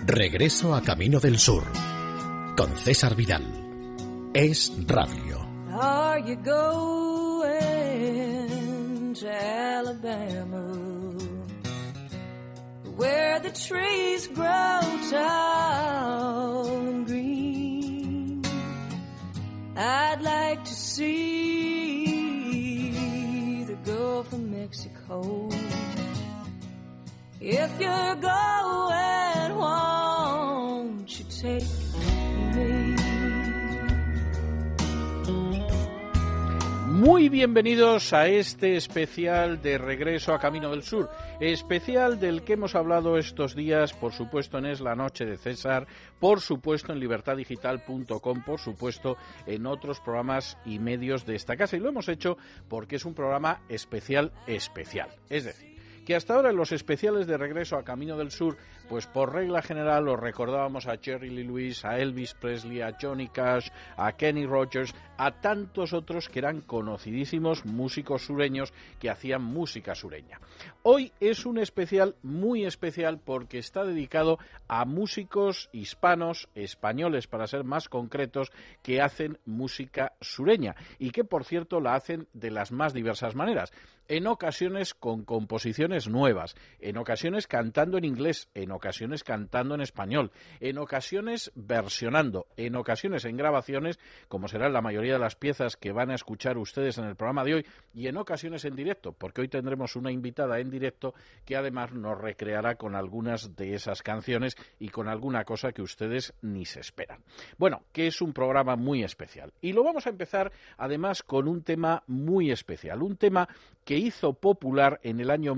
Regreso a Camino del Sur, con César Vidal. Es Radio. Are you going to Alabama, where the trees grow tall and green? I'd like to see the Gulf of Mexico. If you're going, won't you take me? Muy bienvenidos a este especial de Regreso a Camino del Sur, especial del que hemos hablado estos días, por supuesto en Es la Noche de César, por supuesto en libertaddigital.com, por supuesto en otros programas y medios de esta casa, y lo hemos hecho porque es un programa especial, es decir, que hasta ahora en los especiales de Regreso a Camino del Sur, pues por regla general los recordábamos a Jerry Lee Lewis, a Elvis Presley, a Johnny Cash, a Kenny Rogers, a tantos otros que eran conocidísimos músicos sureños que hacían música sureña. Hoy es un especial muy especial porque está dedicado a músicos hispanos, españoles para ser más concretos, que hacen música sureña y que por cierto la hacen de las más diversas maneras. En ocasiones con composiciones nuevas, en ocasiones cantando en inglés, en ocasiones cantando en español, en ocasiones versionando, en ocasiones en grabaciones, como serán la mayoría de las piezas que van a escuchar ustedes en el programa de hoy, y en ocasiones en directo, porque hoy tendremos una invitada en directo que además nos recreará con algunas de esas canciones y con alguna cosa que ustedes ni se esperan. Bueno, que es un programa muy especial. Y lo vamos a empezar además con un tema muy especial, un tema que hizo popular en el año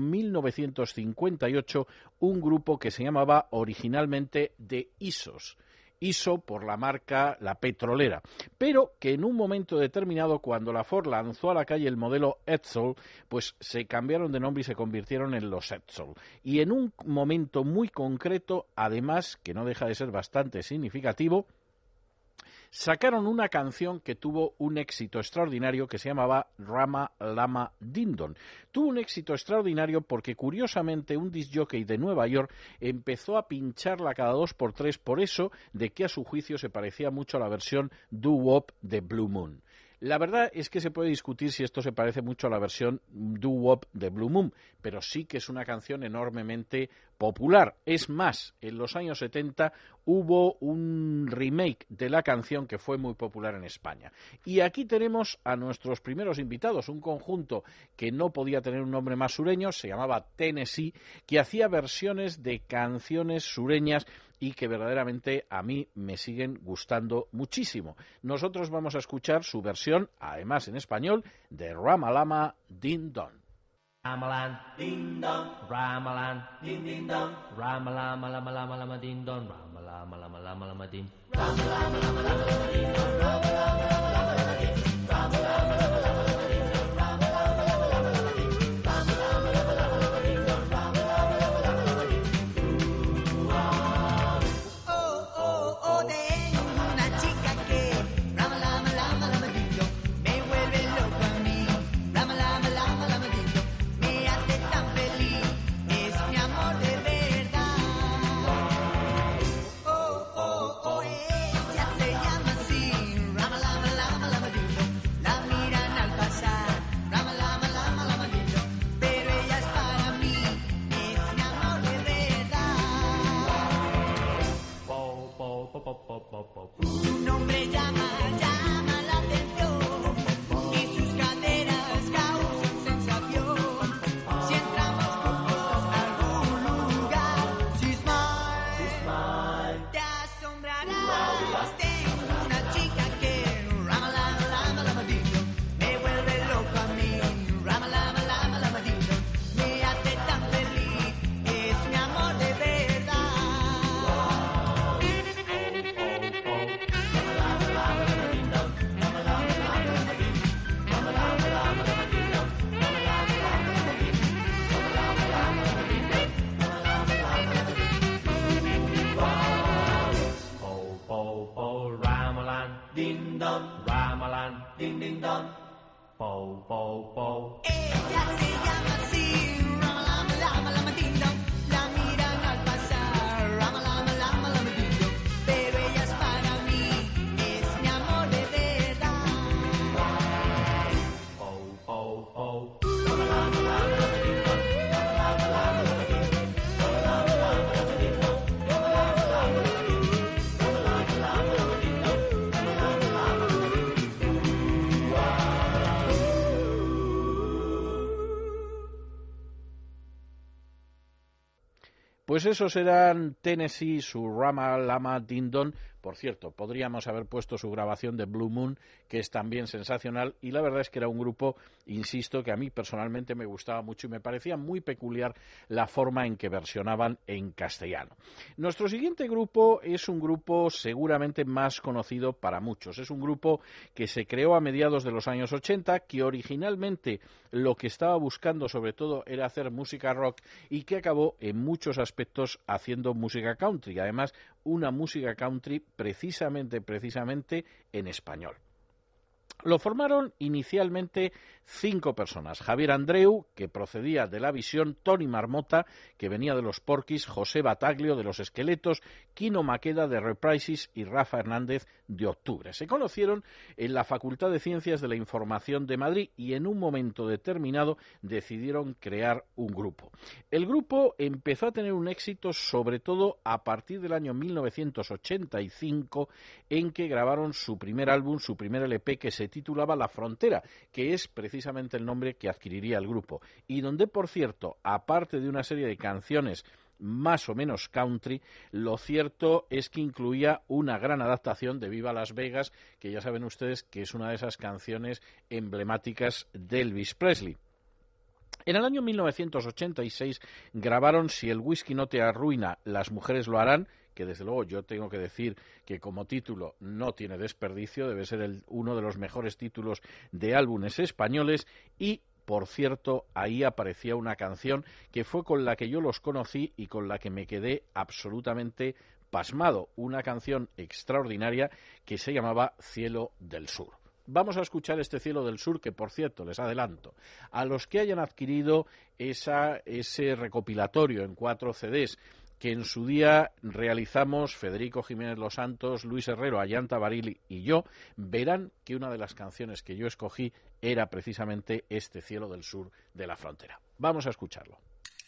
1958 un grupo que se llamaba originalmente The Isos. ISO por la marca La Petrolera, pero que en un momento determinado, cuando la Ford lanzó a la calle el modelo Edsel, pues se cambiaron de nombre y se convirtieron en los Edsel. Y en un momento muy concreto, además, que no deja de ser bastante significativo, sacaron una canción que tuvo un éxito extraordinario que se llamaba Rama Lama Dindon. Tuvo un éxito extraordinario porque, curiosamente, un disc jockey de Nueva York empezó a pincharla cada 2x3 por eso de que a su juicio se parecía mucho a la versión doo-wop de Blue Moon. La verdad es que se puede discutir si esto se parece mucho a la versión doo-wop de Blue Moon, pero sí que es una canción enormemente popular. Es más, en los años 70 hubo un remake de la canción que fue muy popular en España. Y aquí tenemos a nuestros primeros invitados, un conjunto que no podía tener un nombre más sureño, se llamaba Tennessee, que hacía versiones de canciones sureñas y que verdaderamente a mí me siguen gustando muchísimo. Nosotros vamos a escuchar su versión, además en español, de Ramalama Din Don. Ramalan, ding dong, Ramalan, ding ding dong, Ramalama lama lama lama ding dong, Ramalama lama lama lama ding, Ramalama lama lama lama ding dong, Ramalama lama lama lama ding, Ramalama lama lama lama ding dong, Ramalama lama lama lama ding, Ramalama lama lama lama ding dong, Ramalama lama lama lama ding. Oh oh oh, tengo una chica que Ramalama lama lama ding dong, me vuelve loco a mí, Ramalama lama lama ding dong. Tan feliz, es mi amor de verdad. Oh, oh, oh, ella se llama así, Rama, lama, lama, lama, dindo. La miran al pasar, Rama, lama, lama, lama, dindo. Pero ella es para mí, es mi amor de verdad. Su nombre llama la atención, y sus caderas causan sensación. Si entramos juntos a algún lugar, she smile, te asombrarás. Tengo una chica que Rama, lama, lama, lama, dindo, me vuelve loco a mí, Rama, lama, lama, lama, dindo, me hace tan feliz, es mi amor de verdad. Ding dong, Ramalan, ding ding dong, po po po. Ella se llama así, Rama, lama, lama, lama, ding dong. La miran al pasar, Rama, lama, lama, Pues esos eran Tennessee, su Rama Lama Ding Dong. Por cierto, podríamos haber puesto su grabación de Blue Moon, que es también sensacional, y la verdad es que era un grupo, insisto, que a mí personalmente me gustaba mucho y me parecía muy peculiar la forma en que versionaban en castellano. Nuestro siguiente grupo es un grupo seguramente más conocido para muchos. Es un grupo que se creó a mediados de los años 80, que originalmente lo que estaba buscando sobre todo era hacer música rock y que acabó en muchos aspectos haciendo música country, además una música country precisamente en español. Lo formaron inicialmente 5 personas: Javier Andreu, que procedía de La Visión, Tony Marmota, que venía de los Porquis, José Bataglio de los Esqueletos, Quino Maqueda de Reprises y Rafa Hernández de Octubre. Se conocieron en la Facultad de Ciencias de la Información de Madrid y en un momento determinado decidieron crear un grupo. El grupo empezó a tener un éxito sobre todo a partir del año 1985, en que grabaron su primer álbum, su primer LP, que se titulaba La Frontera, que es precisamente el nombre que adquiriría el grupo, y donde, por cierto, aparte de una serie de canciones más o menos country, lo cierto es que incluía una gran adaptación de Viva Las Vegas, que ya saben ustedes que es una de esas canciones emblemáticas de Elvis Presley. En el año 1986 grabaron Si el whisky no te arruina, las mujeres lo harán, que desde luego yo tengo que decir que como título no tiene desperdicio, debe ser uno de los mejores títulos de álbumes españoles. Y, por cierto, ahí aparecía una canción que fue con la que yo los conocí y con la que me quedé absolutamente pasmado, una canción extraordinaria que se llamaba Cielo del Sur. Vamos a escuchar este Cielo del Sur, que, por cierto, les adelanto, a los que hayan adquirido ese recopilatorio en 4 CDs, que en su día realizamos Federico Jiménez Los Santos, Luis Herrero, Ayanta Barili y yo, verán que una de las canciones que yo escogí era precisamente este Cielo del Sur de La Frontera. Vamos a escucharlo.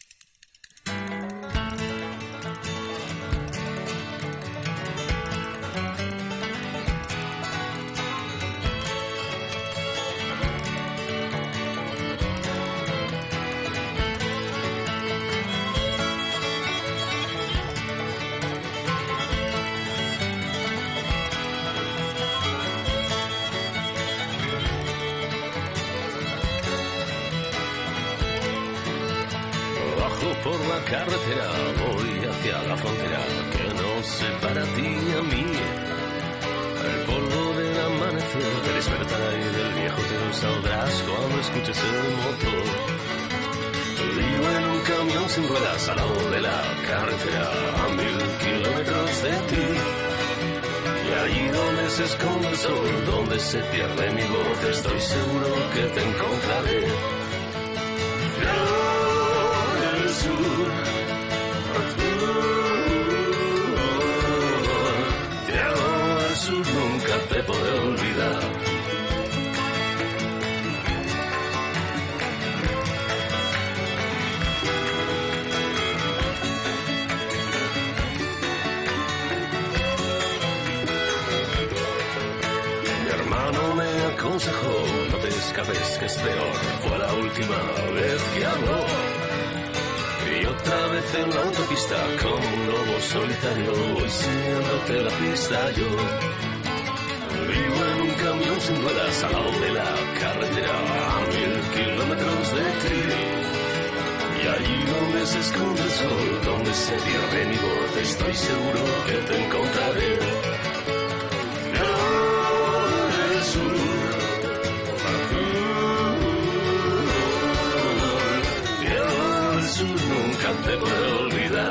Por la carretera voy hacia la frontera que nos separa a ti y a mí. El polvo del amanecer te despertará y del viejo te saldrás cuando escuches el motor. Vivo en un camión sin ruedas al lado de la carretera a 1000 kilómetros de ti. Y allí donde se esconde el sol, donde se pierde mi voz, estoy seguro que te encontraré. Nunca te podré olvidar. Mi hermano me aconsejó: no te escapes, que es peor. Fue la última vez que habló. Y otra vez en la autopista, como un lobo solitario, voy siguiéndote la pista yo. Vivo en un camión sin ruedas al lado de la carretera a 1000 kilómetros de ti. Y allí donde se esconde el sol, donde se pierde mi voz, estoy seguro que te encontraré. El sur, el sur, nunca te podré olvidar.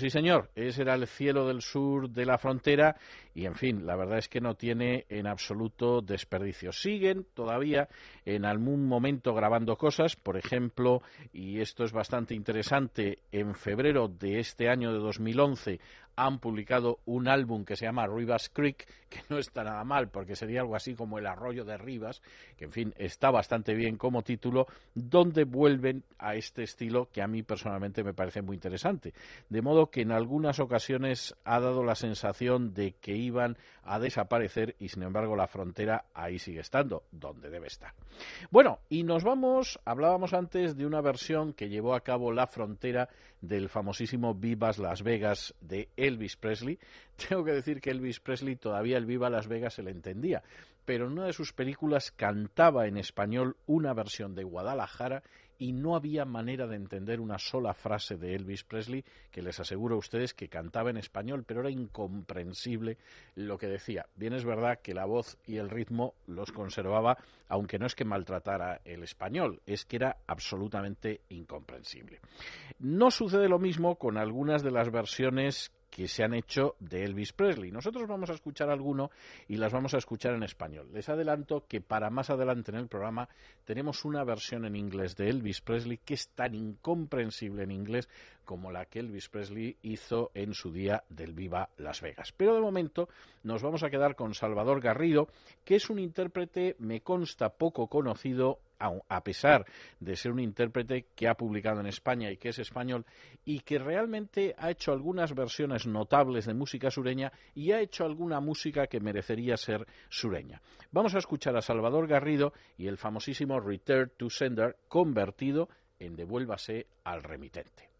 sí señor, ese era el cielo del sur de la frontera y, en fin, la verdad es que no tiene en absoluto desperdicio. Siguen todavía en algún momento grabando cosas, por ejemplo, y esto es bastante interesante, en febrero de este año de 2011 han publicado un álbum que se llama Rivas Creek, que no está nada mal, porque sería algo así como El arroyo de Rivas, que en fin, está bastante bien como título, donde vuelven a este estilo que a mí personalmente me parece muy interesante. De modo que en algunas ocasiones ha dado la sensación de que iban a desaparecer y sin embargo la frontera ahí sigue estando, donde debe estar. Bueno, y nos vamos, hablábamos antes de una versión que llevó a cabo La Frontera del famosísimo Vivas Las Vegas de Elvis Presley. Tengo que decir que Elvis Presley todavía el Viva Las Vegas se le entendía, pero en una de sus películas cantaba en español una versión de Guadalajara y no había manera de entender una sola frase de Elvis Presley, que les aseguro a ustedes que cantaba en español, pero era incomprensible lo que decía. Bien es verdad que la voz y el ritmo los conservaba, aunque no es que maltratara el español, es que era absolutamente incomprensible. No sucede lo mismo con algunas de las versiones que se han hecho de Elvis Presley. Nosotros vamos a escuchar alguno y las vamos a escuchar en español. Les adelanto que para más adelante en el programa tenemos una versión en inglés de Elvis Presley que es tan incomprensible en inglés como la que Elvis Presley hizo en su día del Viva Las Vegas. Pero de momento nos vamos a quedar con Salvador Garrido, que es un intérprete, me consta, poco conocido, a pesar de ser un intérprete que ha publicado en España y que es español y que realmente ha hecho algunas versiones notables de música sureña y ha hecho alguna música que merecería ser sureña. Vamos a escuchar a Salvador Garrido y el famosísimo Return to Sender convertido en Devuélvase al remitente.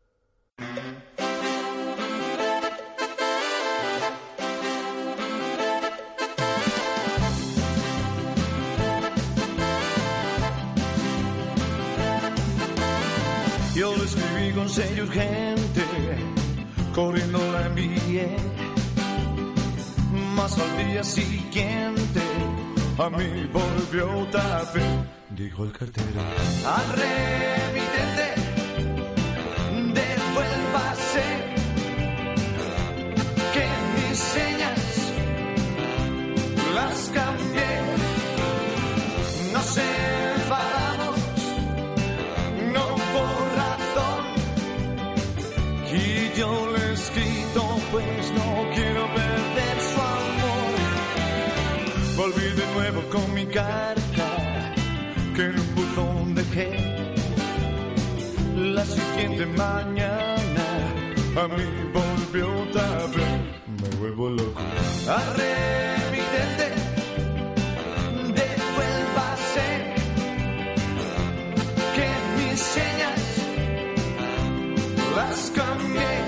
Yo lo escribí con sello urgente, corriendo la envié, más al día siguiente a mí volvió otra vez, dijo el cartero. Al remitente, devuélvase, que mis señas las cambié, no se enfadamos, no por razón, y yo les quito pues no quiero perder su amor. Volví de nuevo con mi carta que en un buzón dejé. La siguiente mañana a mí volvió otra vez, me vuelvo loco. Al remitente, devuélvase, que mis señas las cambié.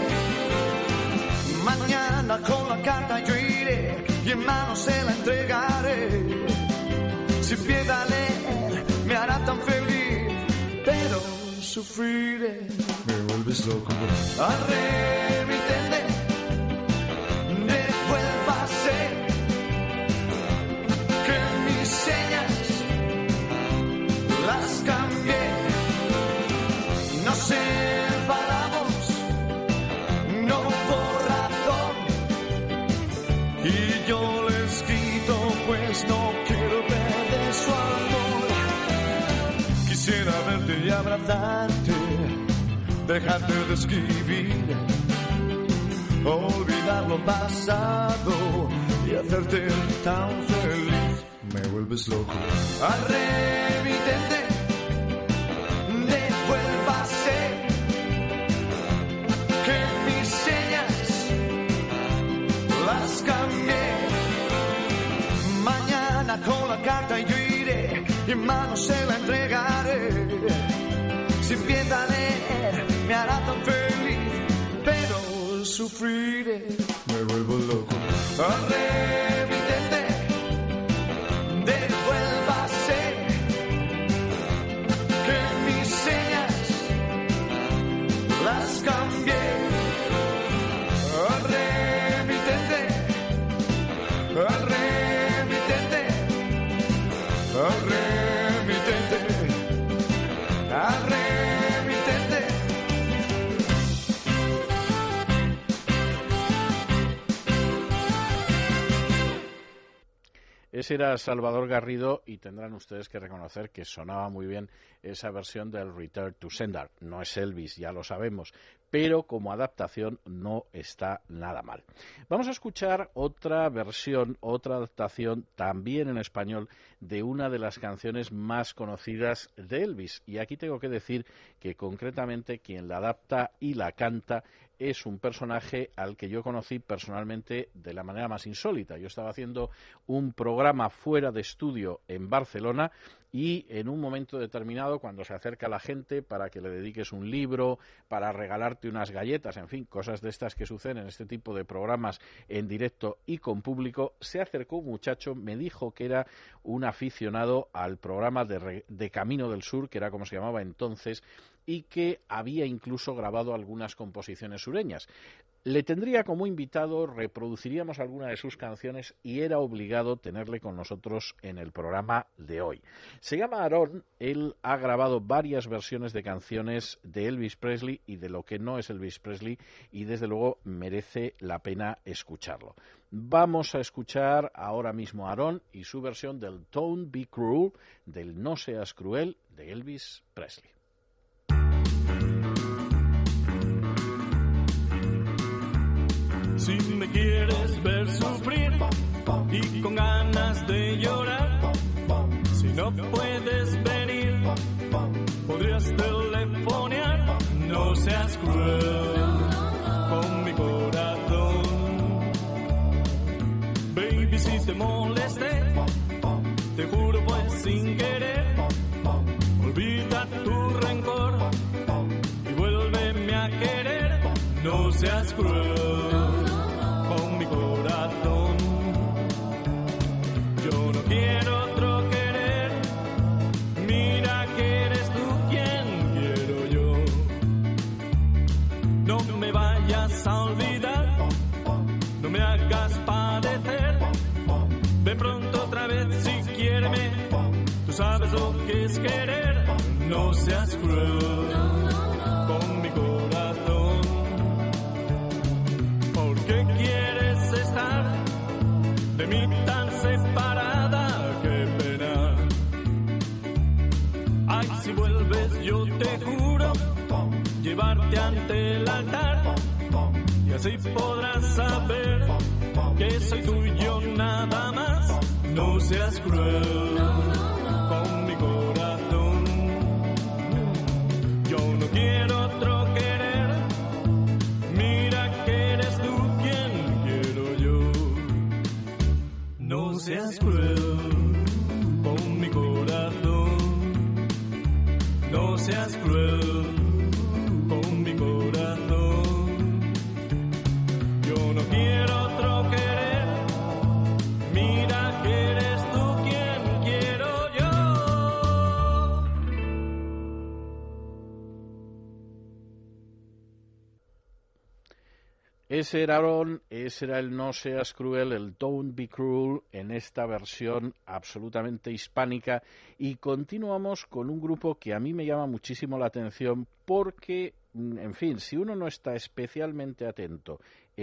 Mañana con la carta yo iré y en mano se la entregaré. Si empieza a leer me hará tan feliz, pero sufriré. Me vuelves loco. Al remitente, devuélvase, que mis señas las cambié. No se enfadamos, no por razón, y yo les quito pues no quiero perder su amor. Quisiera verte y abrazarte, dejarte de escribir, olvidar lo pasado y hacerte tan feliz. Me vuelves loco. Al remitente, devuélvase, que mis señas las cambié. Mañana con la carta yo iré y en mano se la entregaré. Si empieza a leer me hará tan feliz, pero sufriré. Me vuelvo loco. Al remitente, devuélvase, que mis señas las cambié. Al remitente, al remitente, al remitente, al remitente. Ese era Salvador Garrido y tendrán ustedes que reconocer que sonaba muy bien esa versión del Return to Sender. No es Elvis, ya lo sabemos, pero como adaptación no está nada mal. Vamos a escuchar otra versión, otra adaptación también en español de una de las canciones más conocidas de Elvis. Y aquí tengo que decir que concretamente quien la adapta y la canta es un personaje al que yo conocí personalmente de la manera más insólita. Yo estaba haciendo un programa fuera de estudio en Barcelona y en un momento determinado, cuando se acerca la gente para que le dediques un libro, para regalarte unas galletas, en fin, cosas de estas que suceden en este tipo de programas en directo y con público, se acercó un muchacho, me dijo que era un aficionado al programa de Camino del Sur, que era como se llamaba entonces, y que había incluso grabado algunas composiciones sureñas. Le tendría como invitado, reproduciríamos alguna de sus canciones y era obligado tenerle con nosotros en el programa de hoy. Se llama Aaron, él ha grabado varias versiones de canciones de Elvis Presley y de lo que no es Elvis Presley y desde luego merece la pena escucharlo. Vamos a escuchar ahora mismo a Aaron y su versión del Don't Be Cruel, del No Seas Cruel de Elvis Presley. Si me quieres ver sufrir y con ganas de llorar, si no puedes venir, podrías telefonear. No seas cruel con mi corazón. Baby, si te molesté, te juro fue sin querer. Olvida tu rencor y vuélveme a querer. No seas cruel con mi corazón. Yo no quiero otro querer. Mira que eres tú quien quiero yo. No me vayas a olvidar. No me hagas padecer. Ven pronto otra vez si quiéreme. Tú sabes lo que es querer. No seas cruel con mi corazón. ¿Por qué quieres estar de mí tan separada? Qué pena. Ay, si vuelves yo te juro llevarte ante el altar y así podrás saber que soy tuyo nada más. No seas cruel con mi corazón. Yo no quiero otro querer. Mira que eres tú quien quiero yo. No seas cruel con mi corazón. No seas cruel con mi corazón. Yo no quiero otro querer. Mira que eres tú quien quiero yo. Ese era Aaron, ese era el No Seas Cruel, el Don't Be Cruel, en esta versión absolutamente hispánica. Y continuamos con un grupo que a mí me llama muchísimo la atención porque, en fin, si uno no está especialmente atento,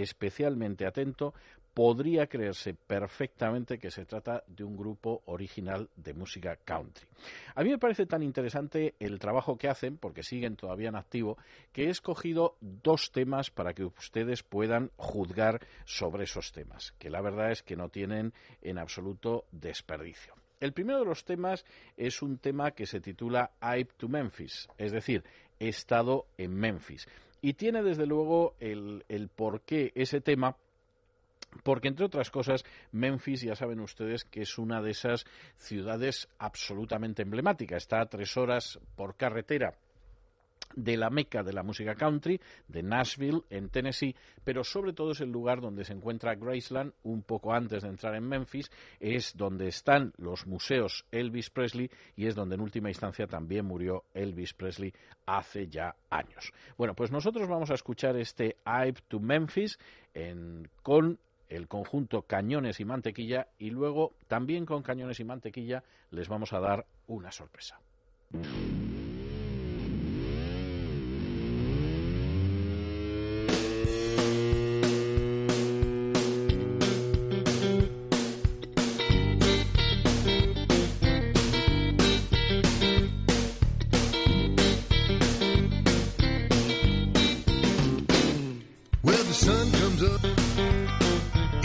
podría creerse perfectamente que se trata de un grupo original de música country. A mí me parece tan interesante el trabajo que hacen, porque siguen todavía en activo, que he escogido dos temas para que ustedes puedan juzgar sobre esos temas, que la verdad es que no tienen en absoluto desperdicio. El primero de los temas es un tema que se titula I've to Memphis, es decir, he estado en Memphis. Y tiene desde luego el porqué ese tema. Porque, entre otras cosas, Memphis, ya saben ustedes que es una de esas ciudades absolutamente emblemáticas. Está a 3 horas por carretera de la meca de la música country, de Nashville, en Tennessee, pero sobre todo es el lugar donde se encuentra Graceland, un poco antes de entrar en Memphis, es donde están los museos Elvis Presley y es donde en última instancia también murió Elvis Presley hace ya años. Bueno, pues nosotros vamos a escuchar este I've to Memphis con el conjunto Cañones y Mantequilla y luego también con Cañones y Mantequilla les vamos a dar una sorpresa.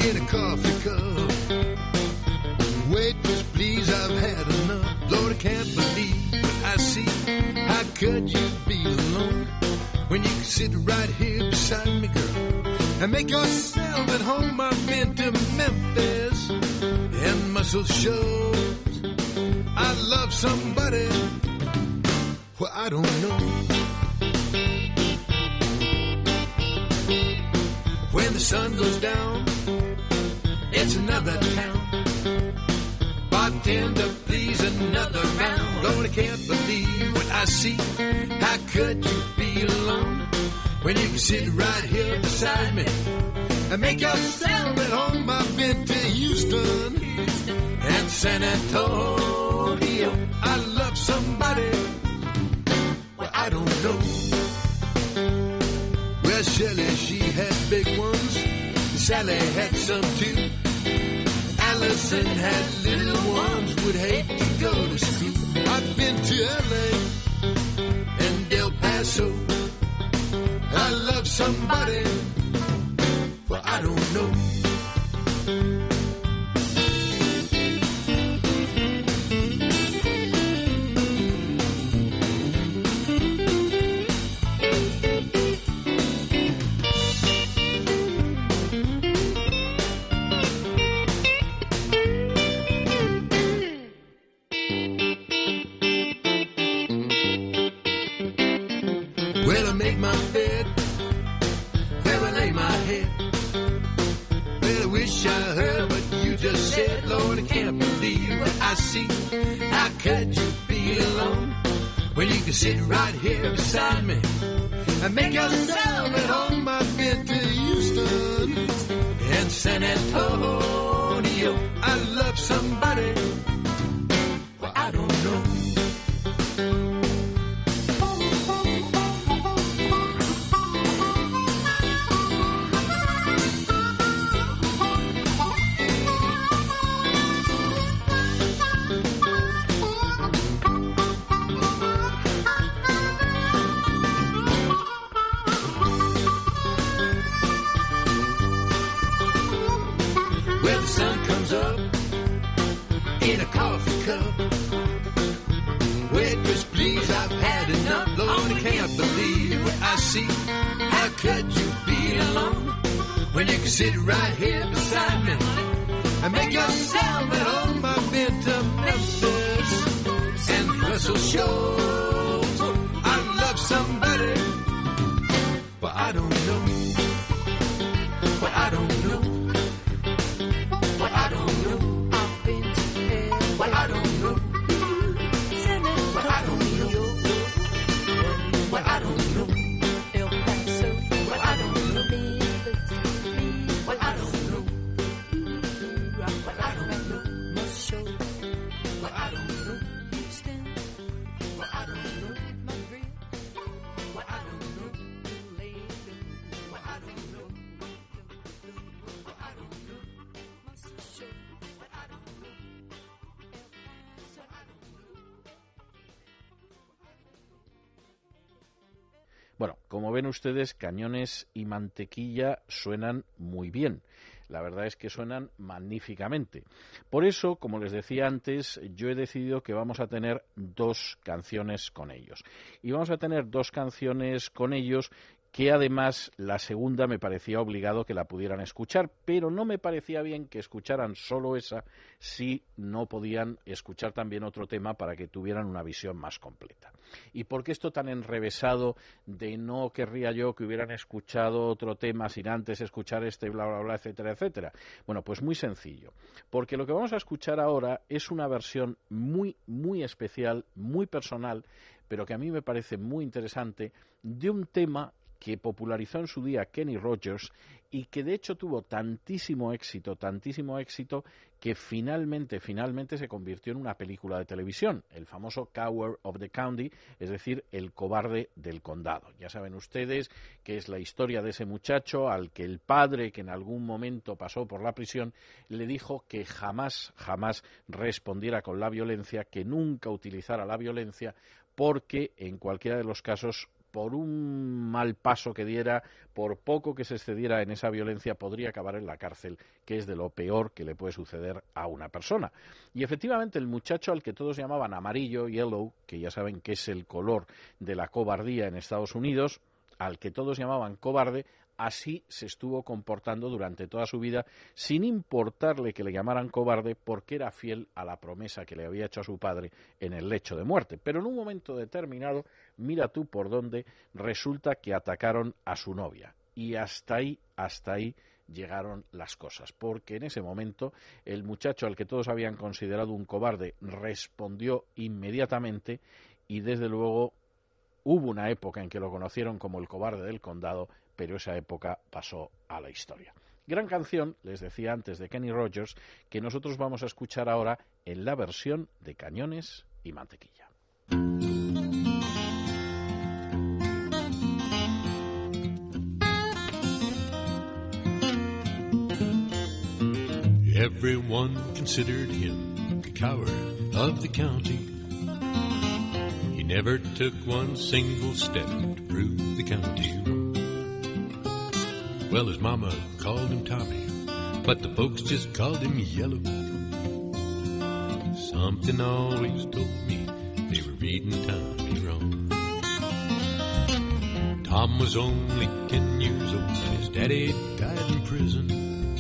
in a coffee cup. Waitress, please, I've had enough. Lord, I can't believe what I see. How could you be alone when you can sit right here beside me, girl, and make yourself at home? I've been to Memphis and Muscle Shoals. I love somebody, well, I don't know. When the sun goes down, it's another town. Bartender, please, another round. Lord, I can't believe what I see. How could you be alone when you can sit right here beside me and make yourself at home? I've been to Houston and San Antonio. I love somebody, well, I don't know. Well, Shelley, she had big ones. Sally had some too. Allison had little ones, would hate to go to school. I've been to L.A. and El Paso. I love somebody, well, I don't know. Well, I make my bed, where I lay my head. Well, I wish I heard what you just said. Lord, I can't believe what I see. How could you be alone when you can sit right here beside me and make yourself at home? I've been to Houston and San Antonio. I love somebody, well, I don't know. Well, the sun comes up in a coffee cup. Waitress, please, I've had enough. Lord, I can't believe what I see. How could you be alone when you can sit right here beside me and make yourself at home? I've been to Memphis and Russell Shoals. I love somebody, but I don't know. But I don't know. Bueno, como ven ustedes, Cañones y Mantequilla suenan muy bien. La verdad es que suenan magníficamente. Por eso, como les decía antes, yo he decidido que vamos a tener dos canciones con ellos. Y vamos a tener dos canciones con ellos que además la segunda me parecía obligado que la pudieran escuchar, pero no me parecía bien que escucharan solo esa si no podían escuchar también otro tema para que tuvieran una visión más completa. ¿Y por qué esto tan enrevesado de no querría yo que hubieran escuchado otro tema sin antes escuchar este, bla, bla, bla, etcétera, etcétera? Bueno, pues muy sencillo, porque lo que vamos a escuchar ahora es una versión muy, muy especial, muy personal, pero que a mí me parece muy interesante, de un tema que popularizó en su día Kenny Rogers y que de hecho tuvo tantísimo éxito, que finalmente se convirtió en una película de televisión, el famoso Coward of the County, es decir, el cobarde del condado. Ya saben ustedes que es la historia de ese muchacho al que el padre, que en algún momento pasó por la prisión, le dijo que jamás respondiera con la violencia, que nunca utilizara la violencia, porque en cualquiera de los casos por un mal paso que diera, por poco que se excediera en esa violencia, podría acabar en la cárcel, que es de lo peor que le puede suceder a una persona. Y efectivamente el muchacho al que todos llamaban amarillo, yellow, que ya saben que es el color de la cobardía en Estados Unidos, al que todos llamaban cobarde, así se estuvo comportando durante toda su vida, sin importarle que le llamaran cobarde, porque era fiel a la promesa que le había hecho a su padre en el lecho de muerte. Pero en un momento determinado, mira tú por dónde, resulta que atacaron a su novia. Y hasta ahí llegaron las cosas, porque en ese momento el muchacho al que todos habían considerado un cobarde respondió inmediatamente, y desde luego hubo una época en que lo conocieron como el cobarde del condado, pero esa época pasó a la historia. Gran canción, les decía antes, de Kenny Rogers, que nosotros vamos a escuchar ahora en la versión de Cañones y Mantequilla. Everyone considered him the coward of the county. He never took one single step to prove the county wrong. Well, his mama called him Tommy, but the folks just called him Yellow. Something always told me they were reading Tommy wrong. Tom was only 10 years old when his daddy died in prison.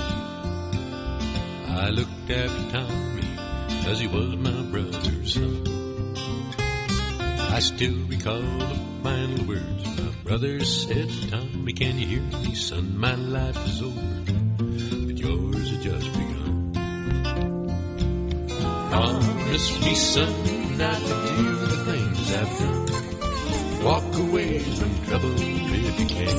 I looked after Tommy 'cause he was my brother's son. I still recall the final words my brother said to Tommy, "Can you hear me, son? My life is over, but yours has just begun. Promise me, son, not to do the things I've done. Walk away from trouble if you can.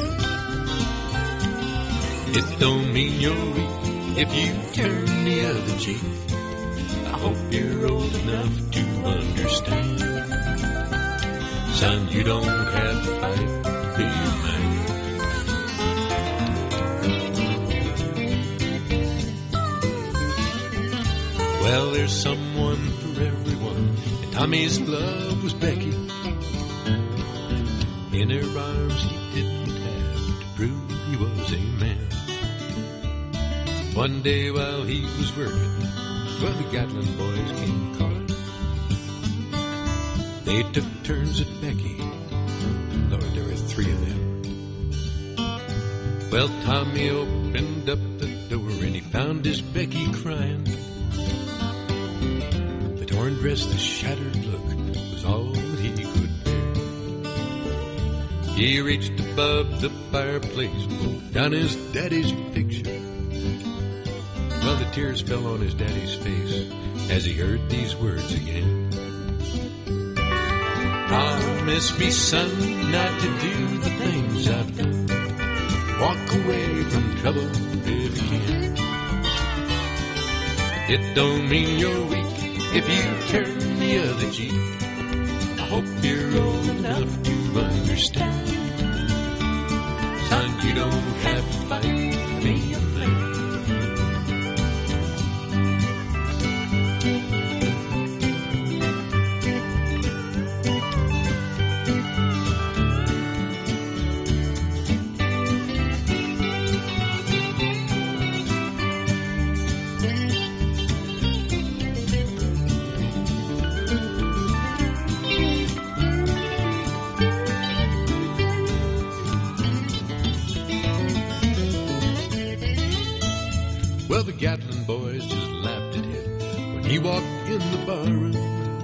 It don't mean you're weak if you turn the other cheek. I hope you're old enough to understand. Son, you don't have to fight to be a man." Well, there's someone for everyone, and Tommy's love was Becky. In her arms he didn't have to prove he was a man. One day while he was working, well, the Gatlin boys came calling. They took turns at Becky. Lord, there were 3 of them. Well, Tommy opened up the door and he found his Becky crying. The torn dress, the shattered look was all that he could bear. He reached above the fireplace, pulled down his daddy's picture. Well, the tears fell on his daddy's face as he heard these words again. Promise me, son, not to do the things I've done. Walk away from trouble if you can. It don't mean you're weak if you turn the other cheek. I hope you're old enough to understand. Son, you don't have to fight to be a man. Well, the Gatlin boys just laughed at him when he walked in the barroom.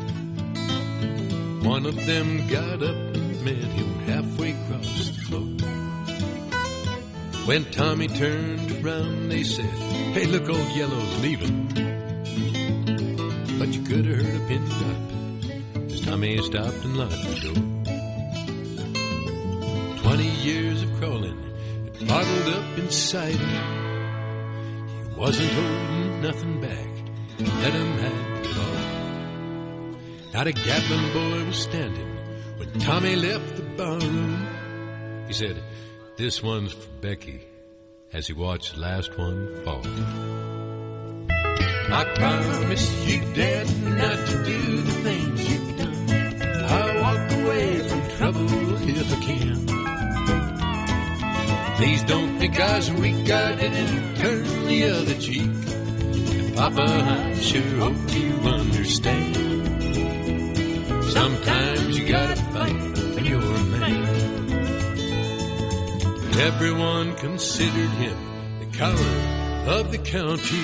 One of them got up and met him halfway across the floor. When Tommy turned around, they said, "Hey, look, old Yellow's leaving." But you could have heard a pin drop as Tommy stopped and locked the door. 20 years of crawling had bottled up inside him. Wasn't holding nothing back, let him have it all. Not a Gatlin boy was standing when Tommy left the barroom. He said, "This one's for Becky," as he watched the last one fall. I promise you, Dad, not to do the things you've done. I'll walk away from trouble if I can. Please don't, because we got it, and turn the other cheek. And Papa, I sure hope you understand. Sometimes you gotta fight when you're a man. Everyone considered him the coward of the county.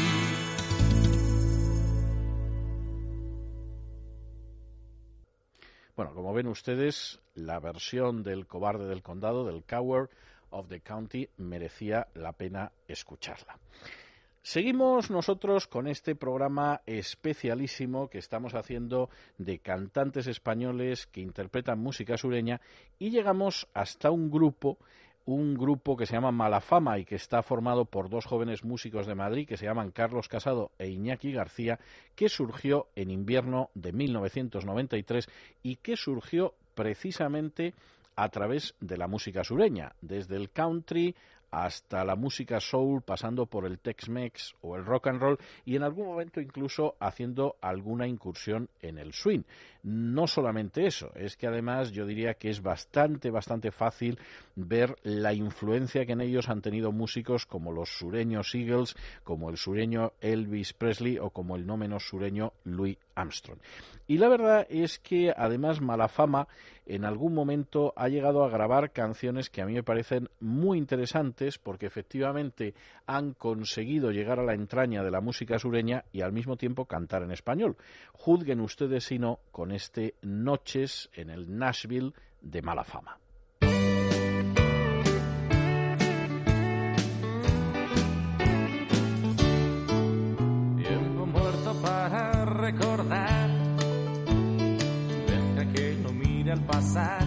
Bueno, como ven ustedes, la versión del cobarde del condado, del Coward of the County, merecía la pena escucharla. Seguimos nosotros con este programa especialísimo que estamos haciendo de cantantes españoles que interpretan música sureña y llegamos hasta un grupo que se llama Malafama y que está formado por dos jóvenes músicos de Madrid que se llaman Carlos Casado e Iñaki García, que surgió en invierno de 1993 y que surgió precisamente a través de la música sureña, desde el country hasta la música soul, pasando por el Tex-Mex o el rock and roll y en algún momento incluso haciendo alguna incursión en el swing. No solamente eso, es que además yo diría que es bastante fácil ver la influencia que en ellos han tenido músicos como los sureños Eagles, como el sureño Elvis Presley o como el no menos sureño Louis Armstrong. Y la verdad es que además Malafama en algún momento ha llegado a grabar canciones que a mí me parecen muy interesantes porque efectivamente han conseguido llegar a la entraña de la música sureña y al mismo tiempo cantar en español. Juzguen ustedes si no con este Noches en el Nashville de Malafama. Tiempo muerto para recordar, deja que no mire al pasar.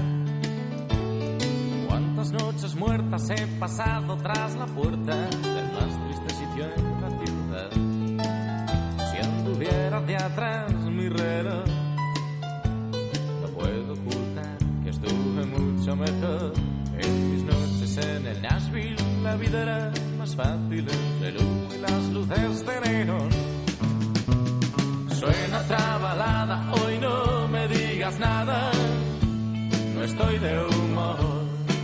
Cuántas noches muertas he pasado tras la puerta del más triste sitio en la ciudad. Si anduviera hacia atrás mi reloj, no puedo ocultar que estuve mucho mejor. En mis noches en el Nashville la vida era más fácil entre el humo y las luces de neón. Suena otra balada, hoy no me digas nada, no estoy de humor.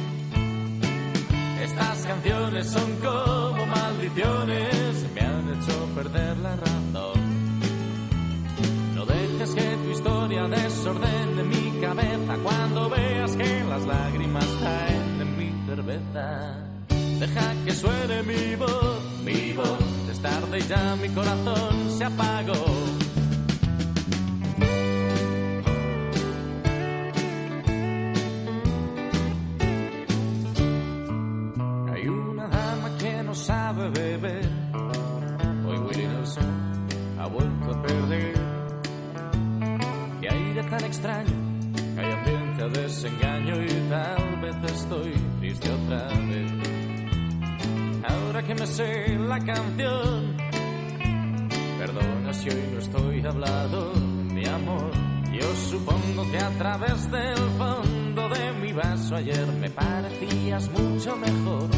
Estas canciones son como maldiciones, me han hecho perder la razón. No dejes que tu historia desordene mi cabeza cuando veas que las lágrimas caen en mi cerveza. Deja que suene mi voz, es tarde y ya mi corazón se apagó. Sabe beber, hoy Willie Nelson ha vuelto a perder. Qué aire tan extraño, hay ambiente a desengaño y tal vez estoy triste otra vez. Ahora que me sé la canción, perdona si hoy no estoy hablado, mi amor. Yo supongo que a través del fondo de mi vaso ayer me parecías mucho mejor.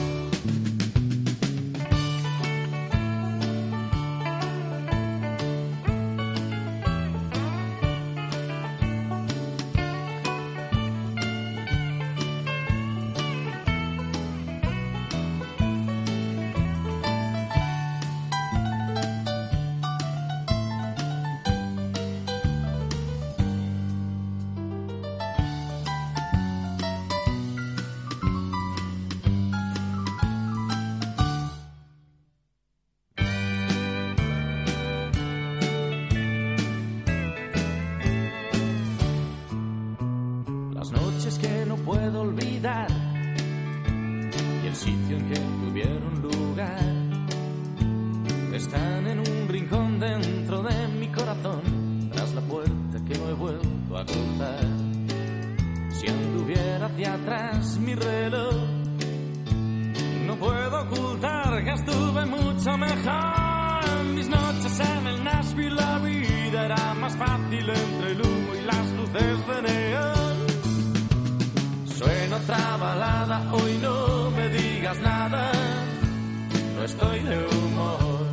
Que no puedo olvidar y el sitio en que tuvieron lugar están en un rincón dentro de mi corazón, tras la puerta que no he vuelto a cruzar. Si anduviera hacia atrás mi reloj, no puedo ocultar que estuve mucho mejor. En mis noches en el Nashville la vida era más fácil entre el humo y las luces de neón. Suena otra balada, hoy no me digas nada, no estoy de humor.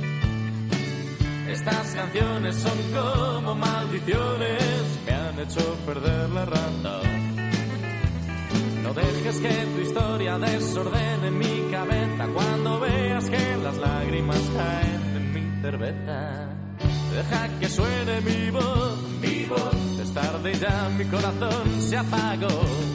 Estas canciones son como maldiciones, me han hecho perder la razón. No dejes que tu historia desordene mi cabeza cuando veas que las lágrimas caen en mi cerveza. Deja que suene mi voz, es tarde ya, mi corazón se apagó.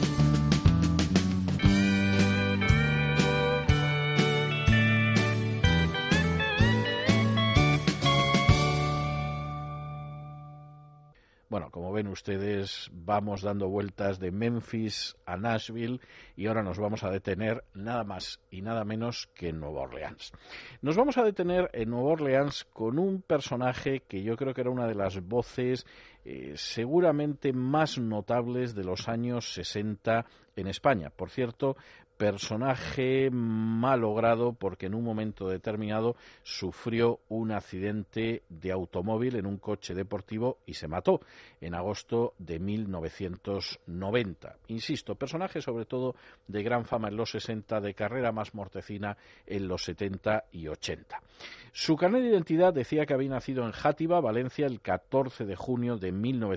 Bueno, como ven ustedes, vamos dando vueltas de Memphis a Nashville y ahora nos vamos a detener nada más y nada menos que en Nueva Orleans. Nos vamos a detener en Nueva Orleans con un personaje que yo creo que era una de las voces seguramente más notables de los años 60 en España. Por cierto, personaje malogrado porque en un momento determinado sufrió un accidente de automóvil en un coche deportivo y se mató en agosto de 1990. Insisto, personaje sobre todo de gran fama en los 60, de carrera más mortecina en los 70 y 80. Su carnet de identidad decía que había nacido en Játiva, Valencia, el 14 de junio de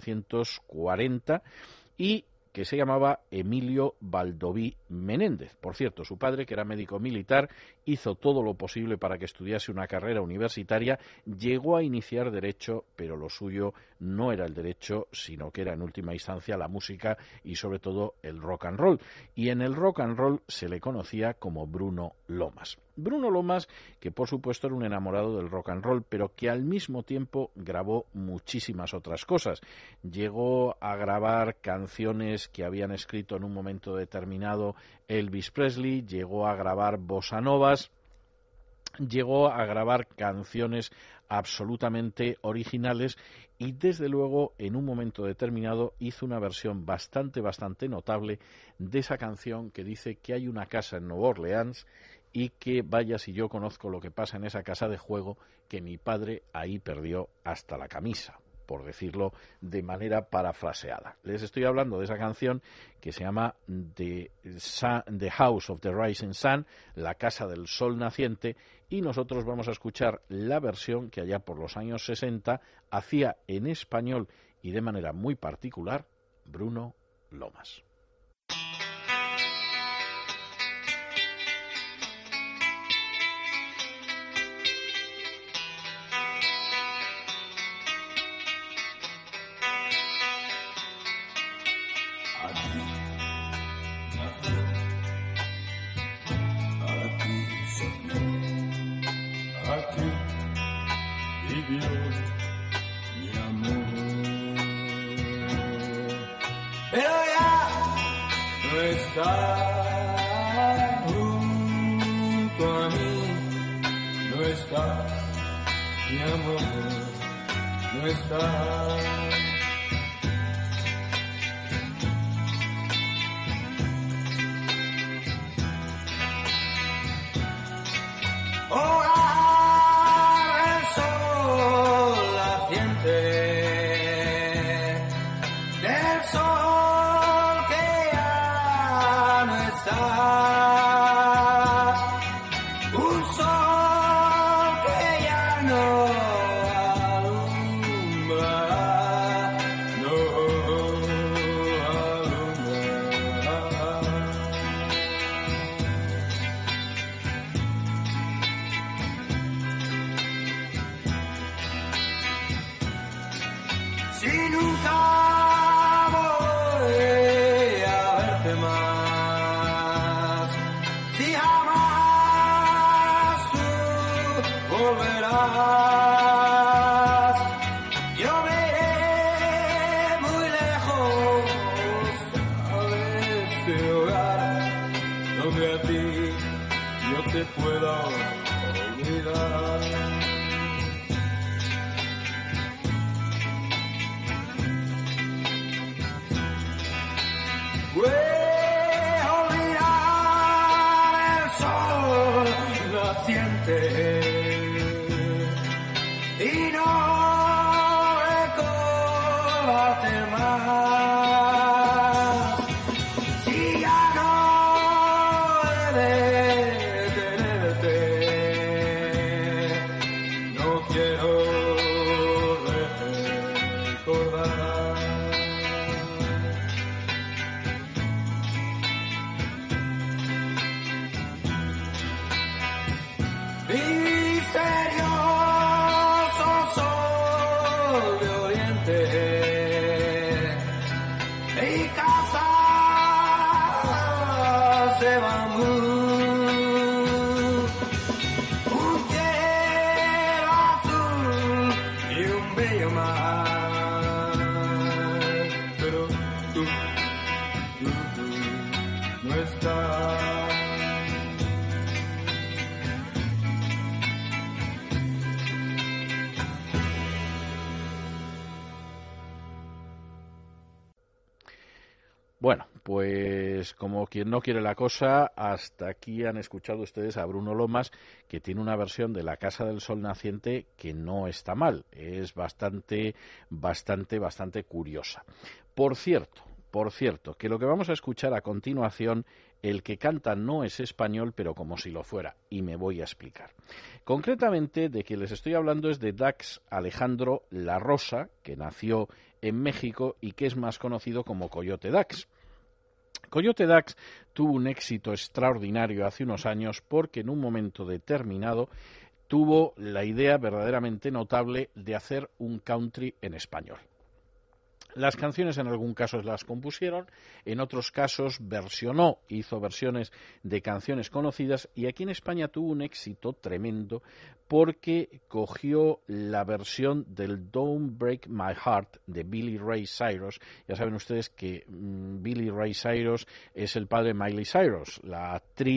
1940 y que se llamaba Emilio Baldoví Menéndez. Por cierto, su padre, que era médico militar, hizo todo lo posible para que estudiase una carrera universitaria, llegó a iniciar Derecho, pero lo suyo no era el Derecho, sino que era en última instancia la música y sobre todo el rock and roll. Y en el rock and roll se le conocía como Bruno Lomas. Bruno Lomas, que por supuesto era un enamorado del rock and roll, pero que al mismo tiempo grabó muchísimas otras cosas. Llegó a grabar canciones que habían escrito en un momento determinado Elvis Presley, llegó a grabar bossa novas, llegó a grabar canciones absolutamente originales y desde luego en un momento determinado hizo una versión bastante notable de esa canción que dice que hay una casa en Nueva Orleans y que vaya si yo conozco lo que pasa en esa casa de juego, que mi padre ahí perdió hasta la camisa, por decirlo de manera parafraseada. Les estoy hablando de esa canción que se llama The House of the Rising Sun, la casa del sol naciente, y nosotros vamos a escuchar la versión que allá por los años 60 hacía en español y de manera muy particular Bruno Lomas. Bueno, pues como quien no quiere la cosa, hasta aquí han escuchado ustedes a Bruno Lomas, que tiene una versión de La Casa del Sol Naciente que no está mal, es bastante curiosa. Por cierto, que lo que vamos a escuchar a continuación, el que canta no es español, pero como si lo fuera, y me voy a explicar. Concretamente, de quien les estoy hablando es de Dax Alejandro La Rosa, que nació en México y que es más conocido como Coyote Dax. Coyote Dax tuvo un éxito extraordinario hace unos años porque en un momento determinado tuvo la idea verdaderamente notable de hacer un country en español. Las canciones en algún caso las compusieron, en otros casos hizo versiones de canciones conocidas y aquí en España tuvo un éxito tremendo porque cogió la versión del Don't Break My Heart de Billy Ray Cyrus. Ya saben ustedes que Billy Ray Cyrus es el padre de Miley Cyrus, la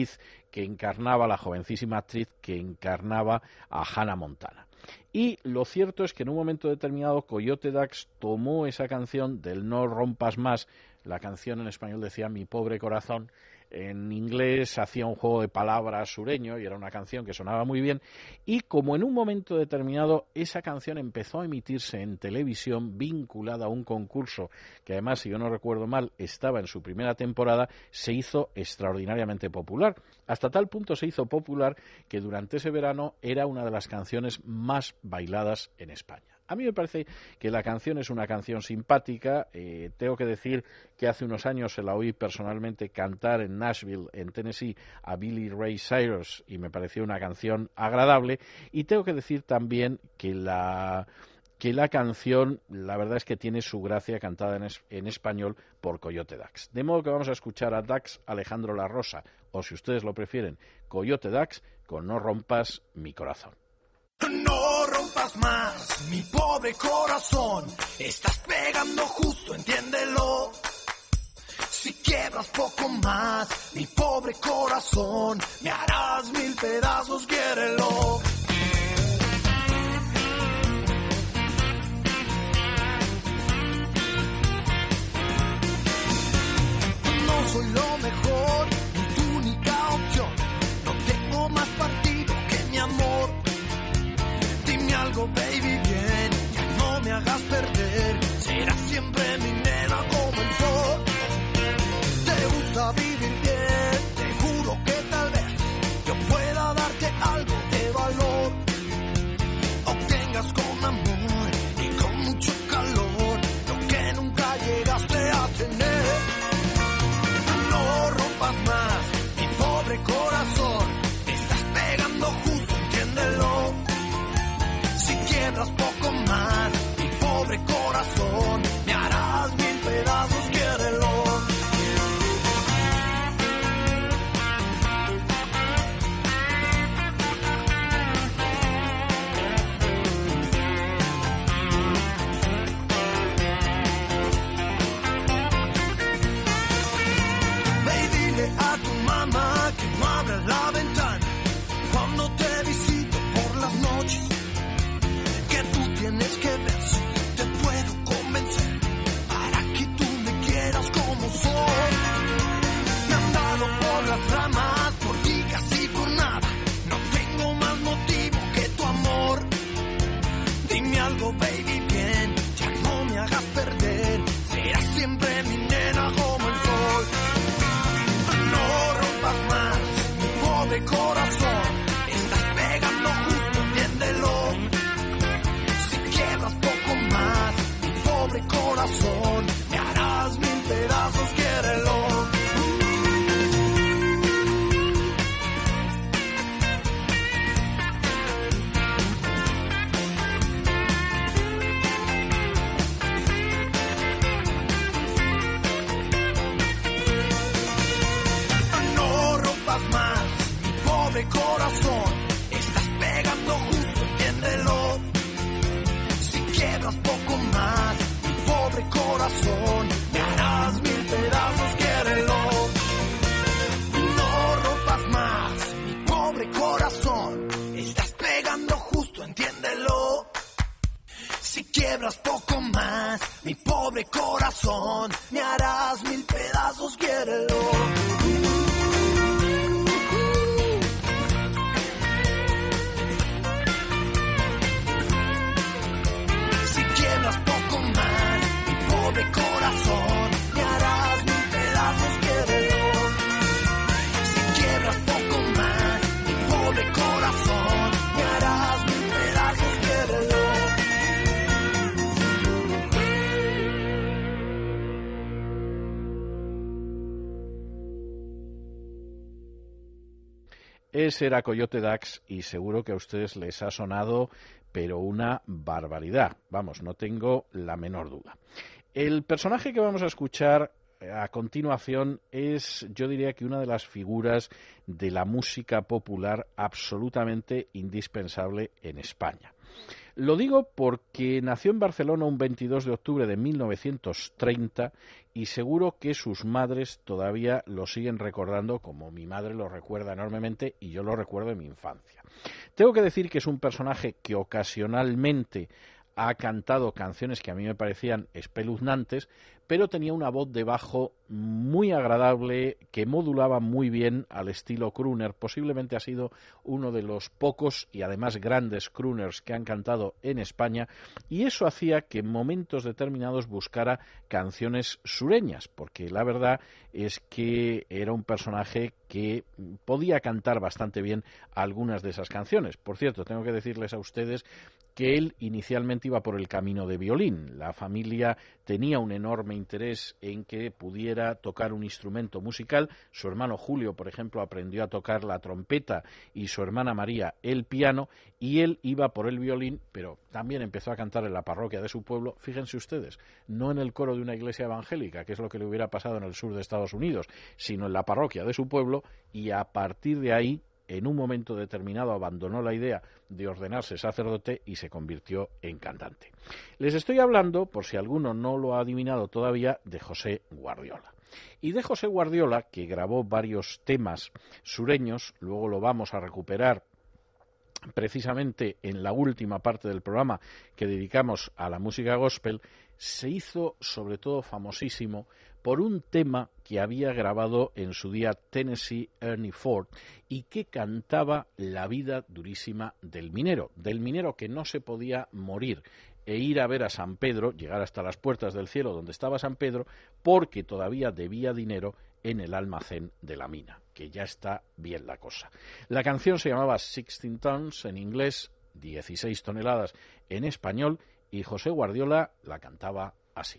jovencísima actriz que encarnaba a Hannah Montana. Y lo cierto es que en un momento determinado Coyote Dax tomó esa canción del No rompas más, la canción en español decía Mi pobre corazón, en inglés hacía un juego de palabras sureño y era una canción que sonaba muy bien, y como en un momento determinado esa canción empezó a emitirse en televisión vinculada a un concurso que además, si yo no recuerdo mal, estaba en su primera temporada, se hizo extraordinariamente popular. Hasta tal punto se hizo popular que durante ese verano era una de las canciones más bailadas en España. A mí me parece que la canción es una canción simpática. Tengo que decir que hace unos años se la oí personalmente cantar en Nashville, en Tennessee, a Billy Ray Cyrus y me pareció una canción agradable. Y tengo que decir también que la canción, la verdad es que tiene su gracia cantada en español por Coyote Dax. De modo que vamos a escuchar a Dax Alejandro La Rosa, o si ustedes lo prefieren, Coyote Dax con No rompas mi corazón. No rompas más, mi pobre corazón. Estás pegando justo, entiéndelo. Si quiebras poco más, mi pobre corazón, me harás 1000 pedazos, quiérelo. No soy lo mejor, ni tu única opción. No tengo más partido que mi amor. Dime algo, baby, bien, ya no me hagas perder. Serás siempre mi nena como el sol. Te gusta vivir bien, te juro que tal vez yo pueda darte algo de valor. Obtengas con amor y con mucho calor lo que nunca llegaste a tener. No rompas más, mi pobre corazón. Estás pegando justo, entiéndelo. Si quiebras poco más, mi pobre corazón, me harás Si quiebras poco más, mi pobre corazón, me harás 1000 pedazos, quiérelo. Si quiebras poco más, mi pobre corazón, me harás 1000 pedazos, quiérelo. Si quiebras poco más, mi pobre corazón, me harás 1000 pedazos, quiérelo. Ese era Coyote Dax y seguro que a ustedes les ha sonado, pero una barbaridad. Vamos, no tengo la menor duda. El personaje que vamos a escuchar a continuación es, yo diría que una de las figuras de la música popular absolutamente indispensable en España. Lo digo porque nació en Barcelona un 22 de octubre de 1930 y seguro que sus madres todavía lo siguen recordando como mi madre lo recuerda enormemente y yo lo recuerdo de mi infancia. Tengo que decir que es un personaje que ocasionalmente ha cantado canciones que a mí me parecían espeluznantes, pero tenía una voz de bajo muy agradable que modulaba muy bien al estilo crooner. Posiblemente ha sido uno de los pocos y además grandes crooners que han cantado en España, y eso hacía que en momentos determinados buscara canciones sureñas, porque la verdad es que era un personaje que podía cantar bastante bien algunas de esas canciones. Por cierto, tengo que decirles a ustedes que él inicialmente iba por el camino de violín. La familia tenía un enorme interés en que pudiera tocar un instrumento musical. Su hermano Julio, por ejemplo, aprendió a tocar la trompeta y su hermana María el piano, y él iba por el violín, pero también empezó a cantar en la parroquia de su pueblo. Fíjense ustedes, no en el coro de una iglesia evangélica, que es lo que le hubiera pasado en el sur de Estados Unidos, sino en la parroquia de su pueblo, y a partir de ahí, en un momento determinado, abandonó la idea de ordenarse sacerdote y se convirtió en cantante. Les estoy hablando, por si alguno no lo ha adivinado todavía, de José Guardiola. Y de José Guardiola, que grabó varios temas sureños, luego lo vamos a recuperar precisamente en la última parte del programa que dedicamos a la música gospel, se hizo sobre todo famosísimo por un tema que había grabado en su día Tennessee Ernie Ford y que cantaba la vida durísima del minero que no se podía morir e ir a ver a San Pedro, llegar hasta las puertas del cielo donde estaba San Pedro, porque todavía debía dinero en el almacén de la mina, que ya está bien la cosa. La canción se llamaba 16 Tons en inglés, 16 toneladas en español, y José Guardiola la cantaba así.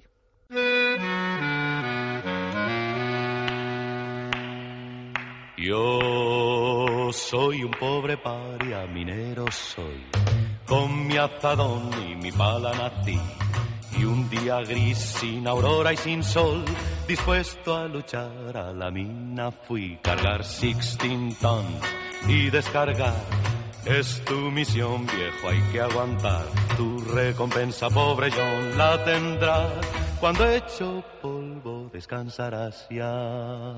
Yo soy un pobre paria, minero soy, con mi azadón y mi pala nací, y un día gris sin aurora y sin sol, dispuesto a luchar a la mina fui. Cargar 16 tons y descargar es tu misión, viejo, hay que aguantar. Tu recompensa, pobre John, la tendrás. Cuando hecho polvo descansarás ya.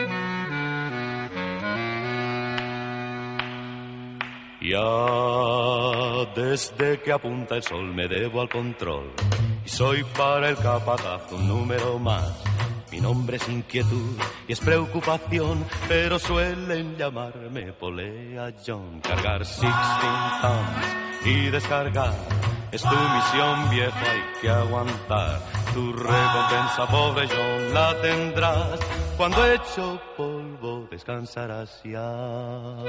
Ya desde que apunta el sol me debo al control y soy para el capataz un número más. Mi nombre es inquietud y es preocupación, pero suelen llamarme Polea John. Cargar 16 tons y descargar es tu misión, viejo, hay que aguantar. Tu recompensa, pobre John, la tendrás. Cuando hecho polvo descansarás ya.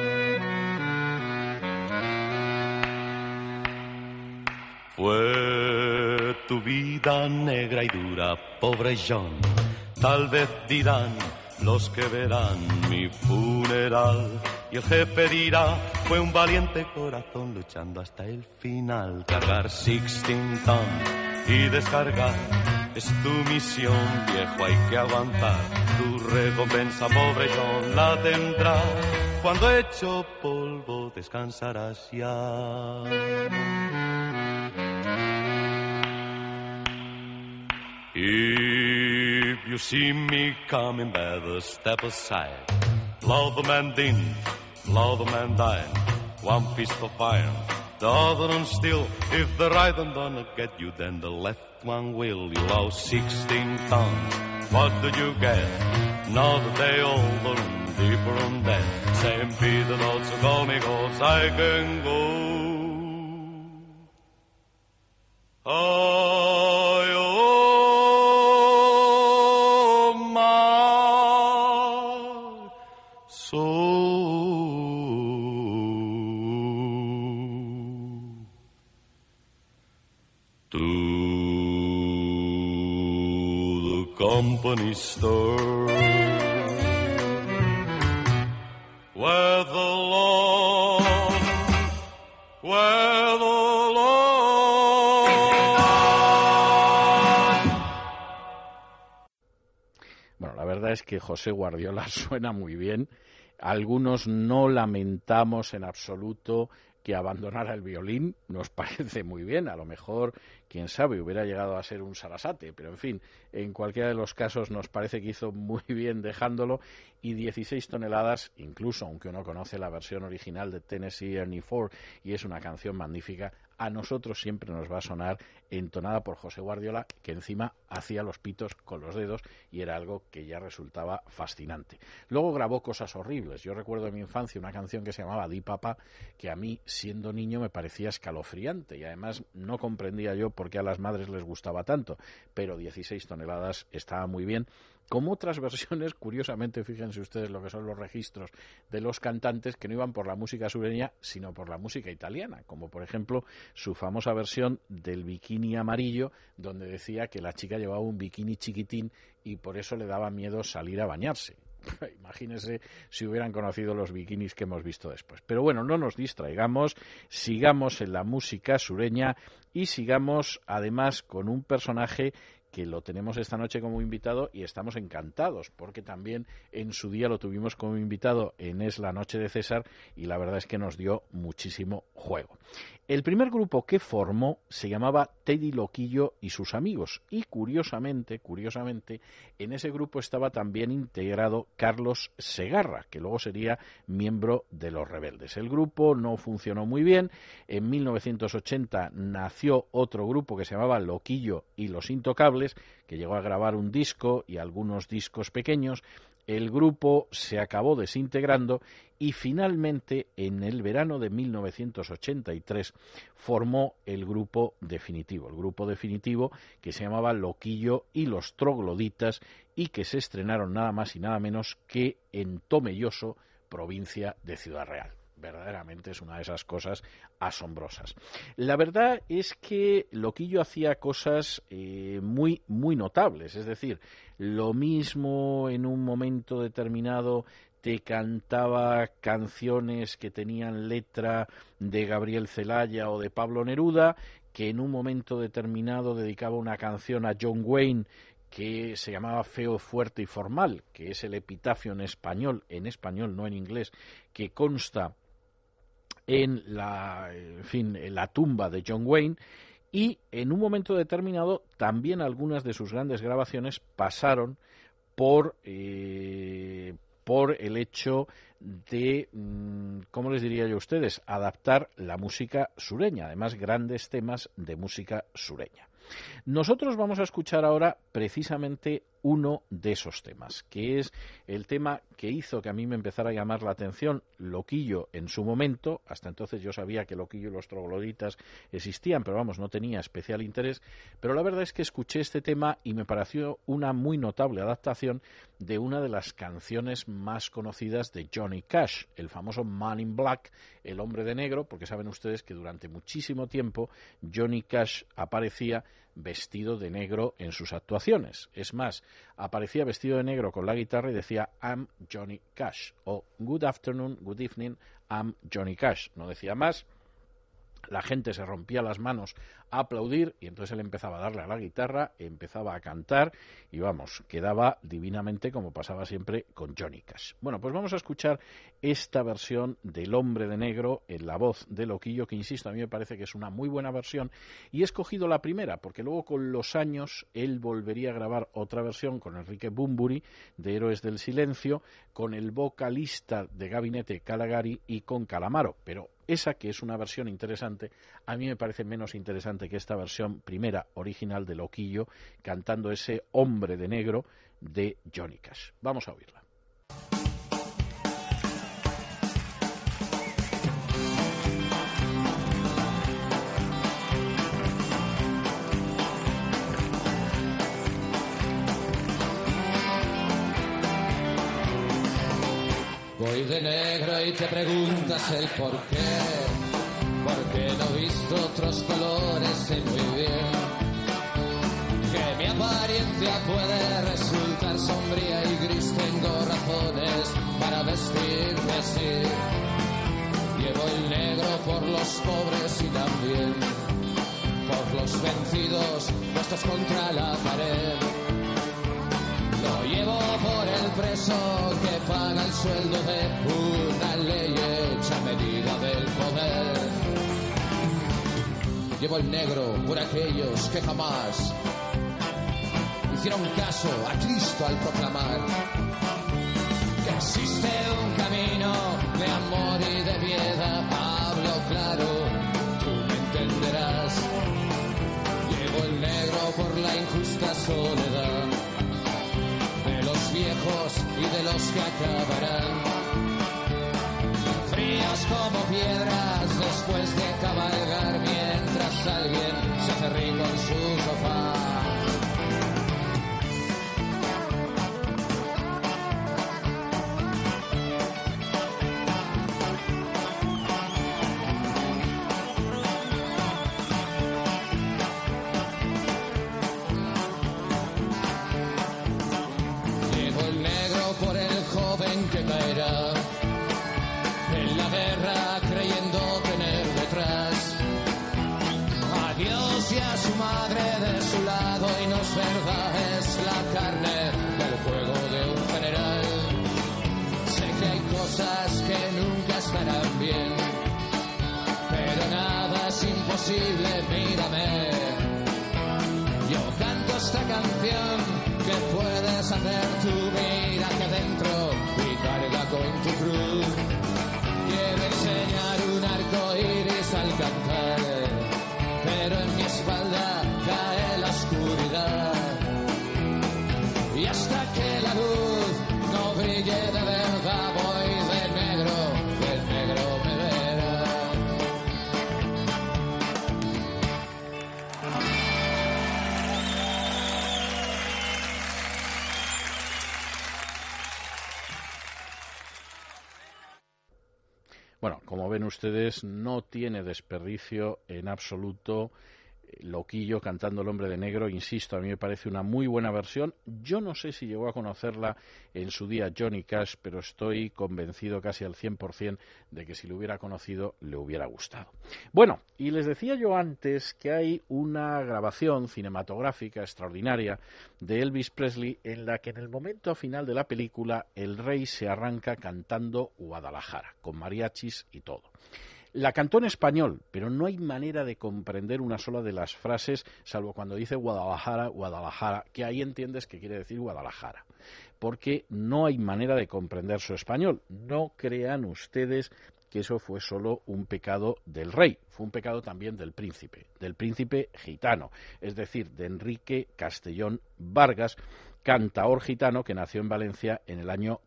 Fue tu vida negra y dura, pobre John. Tal vez dirán los que verán mi funeral, y el jefe dirá, fue un valiente corazón luchando hasta el final. Cargar 16 tons y descargar es tu misión, viejo, hay que aguantar. Tu recompensa, pobre John, la tendrás. Cuando hecho polvo descansarás ya. If you see me coming, better step aside. Love the man din, love the man dine. One fist of iron, the other one still. If the right one gonna get you, then the left one will. You lost 16 tons. What did you get? Another day older and deeper on that. St. Peter also call me 'cause I can go. Oh, my soul. To the company store where the Lord, where the Bueno, la verdad es que José Guardiola suena muy bien. Algunos no lamentamos en absoluto que abandonara el violín, nos parece muy bien, a lo mejor, quién sabe, hubiera llegado a ser un Sarasate, pero en fin, en cualquiera de los casos nos parece que hizo muy bien dejándolo, y 16 toneladas, incluso aunque uno conoce la versión original de Tennessee Ernie Ford, y es una canción magnífica, a nosotros siempre nos va a sonar entonada por José Guardiola, que encima hacía los pitos con los dedos y era algo que ya resultaba fascinante. Luego grabó cosas horribles. Yo recuerdo en mi infancia una canción que se llamaba Di Papá, que a mí, siendo niño, me parecía escalofriante y además no comprendía yo por qué a las madres les gustaba tanto, pero 16 toneladas estaba muy bien. Como otras versiones, curiosamente, fíjense ustedes lo que son los registros de los cantantes que no iban por la música sureña, sino por la música italiana, como por ejemplo su famosa versión del bikini amarillo, donde decía que la chica llevaba un bikini chiquitín y por eso le daba miedo salir a bañarse. Imagínense si hubieran conocido los bikinis que hemos visto después. Pero bueno, no nos distraigamos, sigamos en la música sureña y sigamos además con un personaje que lo tenemos esta noche como invitado y estamos encantados porque también en su día lo tuvimos como invitado en Es la Noche de César y la verdad es que nos dio muchísimo juego. El primer grupo que formó se llamaba Teddy Loquillo y sus amigos y curiosamente, en ese grupo estaba también integrado Carlos Segarra, que luego sería miembro de Los Rebeldes. El grupo no funcionó muy bien. En 1980 nació otro grupo que se llamaba Loquillo y los Intocables, que llegó a grabar un disco y algunos discos pequeños. El grupo se acabó desintegrando y finalmente en el verano de 1983 formó el grupo definitivo que se llamaba Loquillo y los Trogloditas y que se estrenaron nada más y nada menos que en Tomelloso, provincia de Ciudad Real. Verdaderamente es una de esas cosas asombrosas. La verdad es que Loquillo hacía cosas muy notables, es decir, lo mismo en un momento determinado te cantaba canciones que tenían letra de Gabriel Celaya o de Pablo Neruda, que en un momento determinado dedicaba una canción a John Wayne que se llamaba Feo, Fuerte y Formal, que es el epitafio en español, no en inglés, que consta en la tumba de John Wayne, y en un momento determinado también algunas de sus grandes grabaciones pasaron por el hecho de, ¿cómo les diría yo a ustedes?, adaptar la música sureña, además grandes temas de música sureña. Nosotros vamos a escuchar ahora precisamente uno de esos temas, que es el tema que hizo que a mí me empezara a llamar la atención Loquillo en su momento. Hasta entonces yo sabía que Loquillo y los Trogloditas existían, pero vamos, no tenía especial interés. Pero la verdad es que escuché este tema y me pareció una muy notable adaptación de una de las canciones más conocidas de Johnny Cash, el famoso Man in Black, el hombre de negro, porque saben ustedes que durante muchísimo tiempo Johnny Cash aparecía vestido de negro en sus actuaciones. Es más, aparecía vestido de negro con la guitarra y decía I'm Johnny Cash o Good afternoon, good evening, I'm Johnny Cash. No decía más. La gente se rompía las manos a aplaudir y entonces él empezaba a darle a la guitarra, empezaba a cantar y vamos, quedaba divinamente como pasaba siempre con Johnny Cash. Bueno, pues vamos a escuchar esta versión del Hombre de Negro en la voz de Loquillo, que insisto, a mí me parece que es una muy buena versión y he escogido la primera porque luego con los años él volvería a grabar otra versión con Enrique Bunbury de Héroes del Silencio, con el vocalista de Gabinete Calagari y con Calamaro, pero esa que es una versión interesante, a mí me parece menos interesante que esta versión primera original de Loquillo cantando ese Hombre de Negro de Johnny Cash. Vamos a oírla. Voy de negro y te preguntas el por qué, porque no he visto otros colores, sé muy bien que mi apariencia puede resultar sombría y gris, tengo razones para vestirme así. Llevo el negro por los pobres y también por los vencidos, puestos contra la pared. Lo llevo por el preso que paga el sueldo de una ley hecha a medida del poder. Llevo el negro por aquellos que jamás hicieron caso a Cristo al proclamar que existe un camino de amor y de piedad. Hablo claro, tú me entenderás. Llevo el negro por la injusta soledad de los viejos y de los que acabarán fríos como piedras después de cabalgar, mientras alguien se hace rico en su sofá. Que caerá en la guerra creyendo tener detrás a Dios y a su madre de su lado, y no es verdad, es la carne del juego de un general. Sé que hay cosas que nunca estarán bien, pero nada es imposible, mírame. Yo canto esta canción que puedes hacer tú, mira aquí adentro y carga con tu cruz. Quiero enseñar un arco iris al cantar, pero en mi espalda cae la oscuridad. Y hasta que la luz no brille de verdad, voy de negro me verá. Bueno, como ven ustedes, no tiene desperdicio en absoluto Loquillo cantando El hombre de negro. Insisto, a mí me parece una muy buena versión. Yo no sé si llegó a conocerla en su día Johnny Cash, pero estoy convencido casi al 100% de que si lo hubiera conocido le hubiera gustado. Bueno, y les decía yo antes que hay una grabación cinematográfica extraordinaria de Elvis Presley en la que en el momento final de la película el rey se arranca cantando Guadalajara, con mariachis y todo. La cantó en español, pero no hay manera de comprender una sola de las frases, salvo cuando dice Guadalajara, Guadalajara, que ahí entiendes que quiere decir Guadalajara, porque no hay manera de comprender su español. No crean ustedes que eso fue solo un pecado del rey, fue un pecado también del príncipe gitano, es decir, de Enrique Castellón Vargas, cantaor gitano que nació en Valencia en el año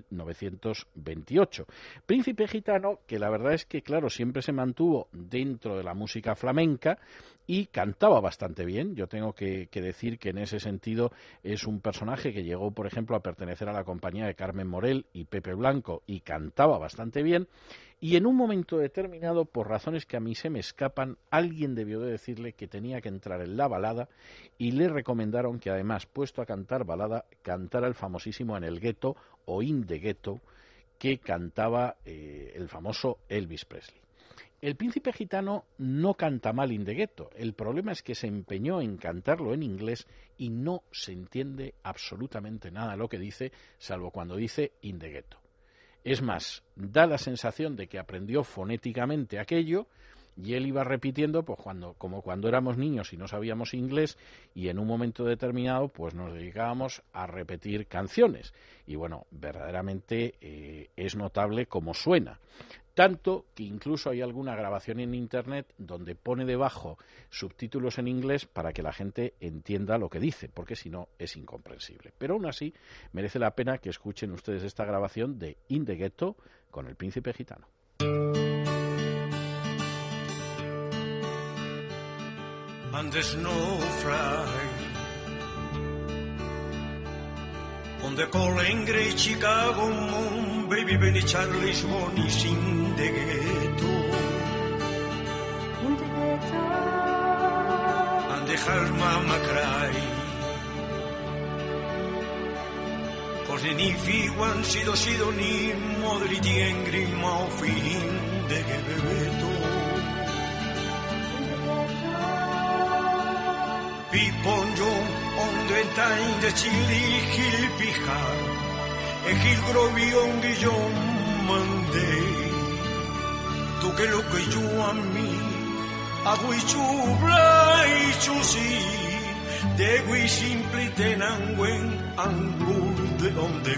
1928. Príncipe gitano que la verdad es que, claro, siempre se mantuvo dentro de la música flamenca y cantaba bastante bien. Yo tengo que decir que en ese sentido es un personaje que llegó, por ejemplo, a pertenecer a la compañía de Carmen Morel y Pepe Blanco y cantaba bastante bien. Y en un momento determinado, por razones que a mí se me escapan, alguien debió de decirle que tenía que entrar en la balada y le recomendaron que además, puesto a cantar balada, cantara el famosísimo En el Gueto o In the Ghetto que cantaba el famoso Elvis Presley. El príncipe gitano no canta mal In the Ghetto, el problema es que se empeñó en cantarlo en inglés y no se entiende absolutamente nada de lo que dice, salvo cuando dice In the Ghetto. Es más, da la sensación de que aprendió fonéticamente aquello y él iba repitiendo pues como cuando éramos niños y no sabíamos inglés y en un momento determinado pues nos dedicábamos a repetir canciones. Y bueno, verdaderamente es notable cómo suena. Tanto que incluso hay alguna grabación en Internet donde pone debajo subtítulos en inglés para que la gente entienda lo que dice, porque si no es incomprensible. Pero aún así merece la pena que escuchen ustedes esta grabación de In the Ghetto con el Príncipe Gitano. And the snow fly on the cold and grey Chicago moon, baby Benny Charlie's born is in the ghetto. In the ghetto. And the her mama cry, 'cause the nifi one sido ni modriti angry mouth in the ghetto. Piponjo on the time the chili hill pija, e hill grovion guillon Monday. Tu que lo que yo a mí, a we chubla y chusi, de we simply tenan wen and rule the on the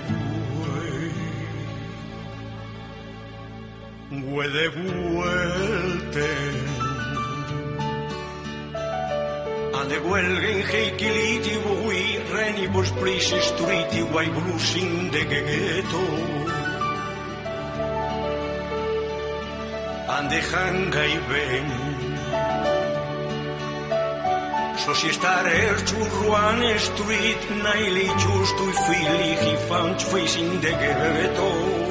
way. We de vuelte. And the Welgen Heikiliti Bui Renibus Place Street White Blues in the ghetto. And the Hangai Ben. So she started to Ruan Street Nightly just to feel he found facing the ghetto.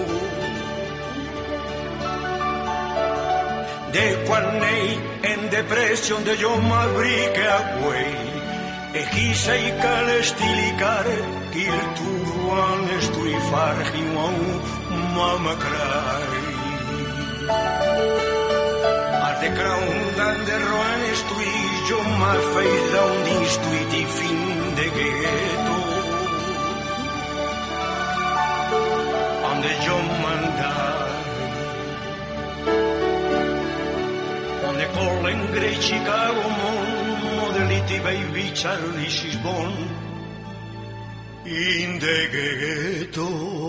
The Quaney and depression de John Maverick away. E he say cal stilicar kill to one street far he won't mama cry. At the ground and the Rowan street John my face down the street if in the ghetto. And the John man died. The cold and grey Chicago moon, modelity baby Charlie's is born in the ghetto.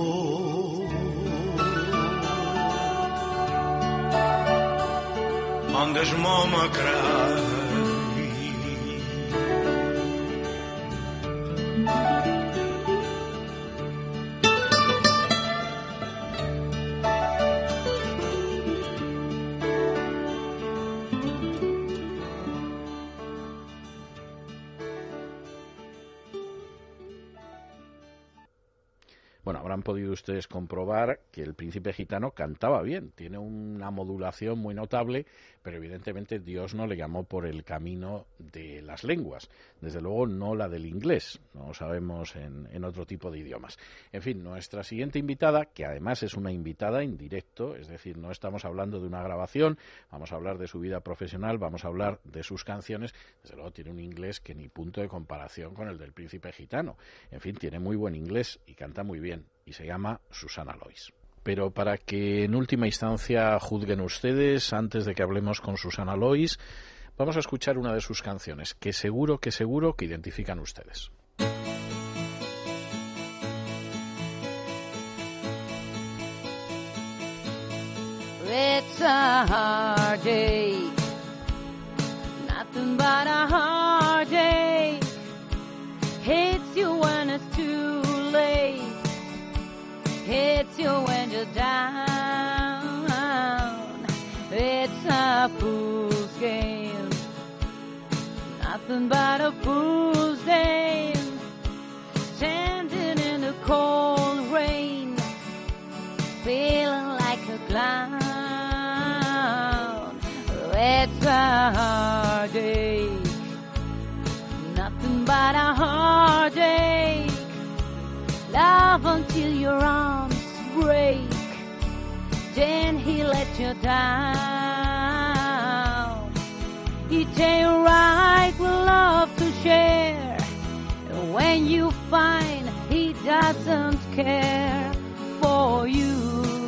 And his mama cried. Bueno, habrán podido ustedes comprobar que el Príncipe Gitano cantaba bien, tiene una modulación muy notable, pero evidentemente Dios no le llamó por el camino de las lenguas, desde luego no la del inglés, no lo sabemos en otro tipo de idiomas. En fin, nuestra siguiente invitada, que además es una invitada en directo, es decir, no estamos hablando de una grabación, vamos a hablar de su vida profesional, vamos a hablar de sus canciones, desde luego tiene un inglés que ni punto de comparación con el del Príncipe Gitano, en fin, tiene muy buen inglés y canta muy bien. Y se llama Susana Lois. Pero para que en última instancia juzguen ustedes, antes de que hablemos con Susana Lois, vamos a escuchar una de sus canciones, que seguro que identifican ustedes. It's a hard day, nothing but a hard day. Hits you when it's too late. Hits you when you're down. It's a fool's game, nothing but a fool's game. Standing in the cold rain, feeling like a clown. It's a heartache, nothing but a heartache. Love until your arms break, then he let you down. It ain't right with love to share, and when you find he doesn't care for you,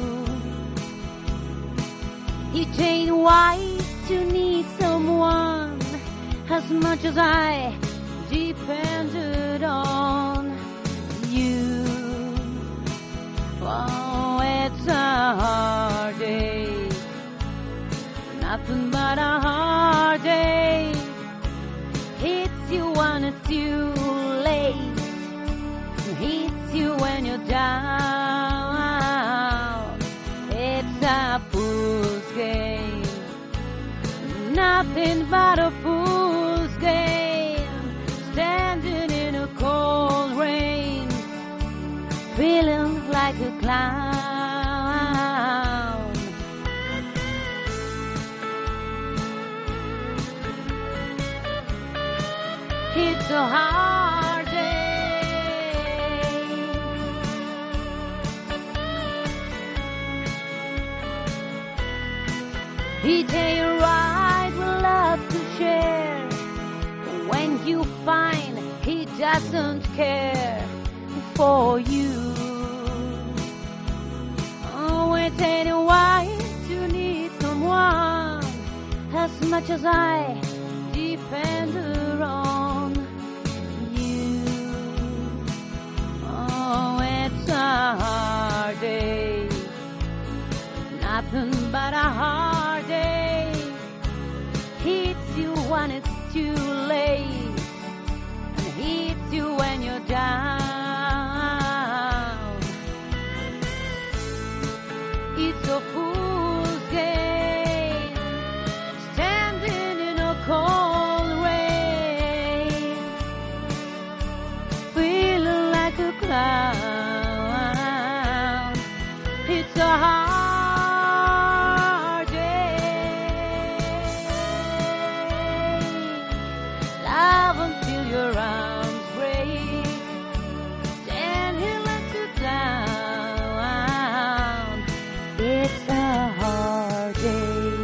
it ain't right to need someone as much as I depended on you. Oh, it's a hard day. nothing but a heartache. Hits you when it's too late, hits you when you're down. It's a fool's game, nothing but a fool's game. Standing in a cold rain, feeling like a clown. It's a hard day. Each day you ride with love to share. When you find he doesn't care for you. Oh, it's ain't wise to need someone as much as I depend on you. Oh, it's a hard day, nothing but a hard day. Hits you when it's too late, and hits you when you're down. It's a fool's game, standing in a cold rain, feeling like a clown. It's a hard day. Love until your arms break, then he lets you down. It's a hard day.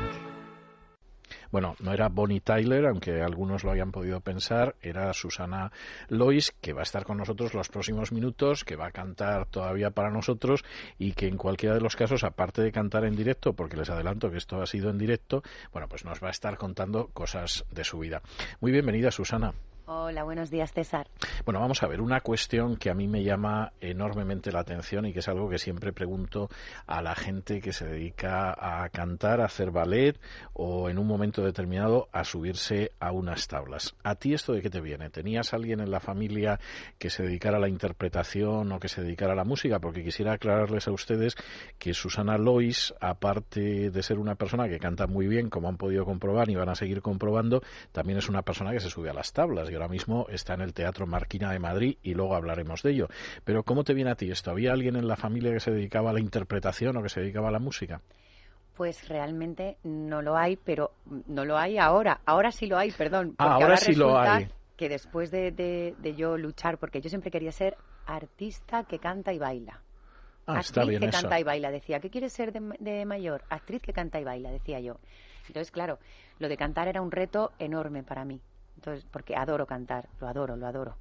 Bueno, no era Bonnie Tyler, aunque algunos lo hayan podido pensar, era Susana Lois, que va a estar con nosotros los próximos minutos, que va a cantar todavía para nosotros y que en cualquiera de los casos, aparte de cantar en directo, porque les adelanto que esto ha sido en directo, bueno, pues nos va a estar contando cosas de su vida. Muy bienvenida, Susana. Hola, buenos días, César. Bueno, vamos a ver, una cuestión que a mí me llama enormemente la atención y que es algo que siempre pregunto a la gente que se dedica a cantar, a hacer ballet o en un momento determinado a subirse a unas tablas. ¿A ti esto de qué te viene? ¿Tenías alguien en la familia que se dedicara a la interpretación o que se dedicara a la música? Porque quisiera aclararles a ustedes que Susana Lois, aparte de ser una persona que canta muy bien, como han podido comprobar y van a seguir comprobando, también es una persona que se sube a las tablas. Y ahora mismo está en el Teatro Marquina de Madrid y luego hablaremos de ello. Pero ¿cómo te viene a ti esto? ¿Había alguien en la familia que se dedicaba a la interpretación o que se dedicaba a la música? Pues realmente no lo hay, pero no lo hay ahora. Ahora sí lo hay, perdón. Ahora sí lo hay. Que después de yo luchar, porque yo siempre quería ser artista que canta y baila. Está bien que eso. Canta y baila, decía. ¿Qué quieres ser de mayor? Actriz que canta y baila, decía yo. Entonces, claro, lo de cantar era un reto enorme para mí. Entonces, porque adoro cantar, lo adoro.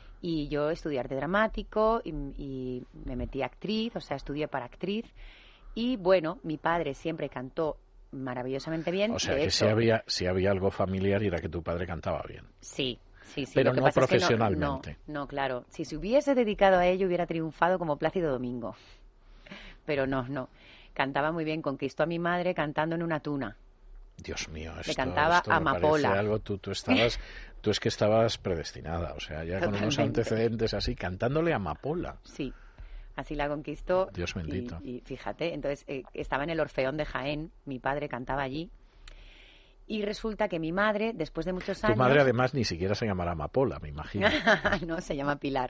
Y yo estudié arte dramático y me metí a actriz, o sea, estudié para actriz. Y bueno, mi padre siempre cantó maravillosamente bien. O sea, de que hecho, si había algo familiar y era que tu padre cantaba bien. Sí. Pero Lo que no pasa profesionalmente. Es que no, claro. Si se hubiese dedicado a ello, hubiera triunfado como Plácido Domingo. Pero no. Cantaba muy bien, conquistó a mi madre cantando en una tuna. Dios mío, Le cantaba esto me Amapola. parece algo, tú es que estabas predestinada, o sea, ya con unos antecedentes así, cantándole a Amapola. Sí, así la conquistó. Dios bendito. Y fíjate, entonces estaba en el Orfeón de Jaén, mi padre cantaba allí. Y resulta que mi madre, después de muchos años... Tu madre además ni siquiera se llamará Amapola, me imagino. No, se llama Pilar.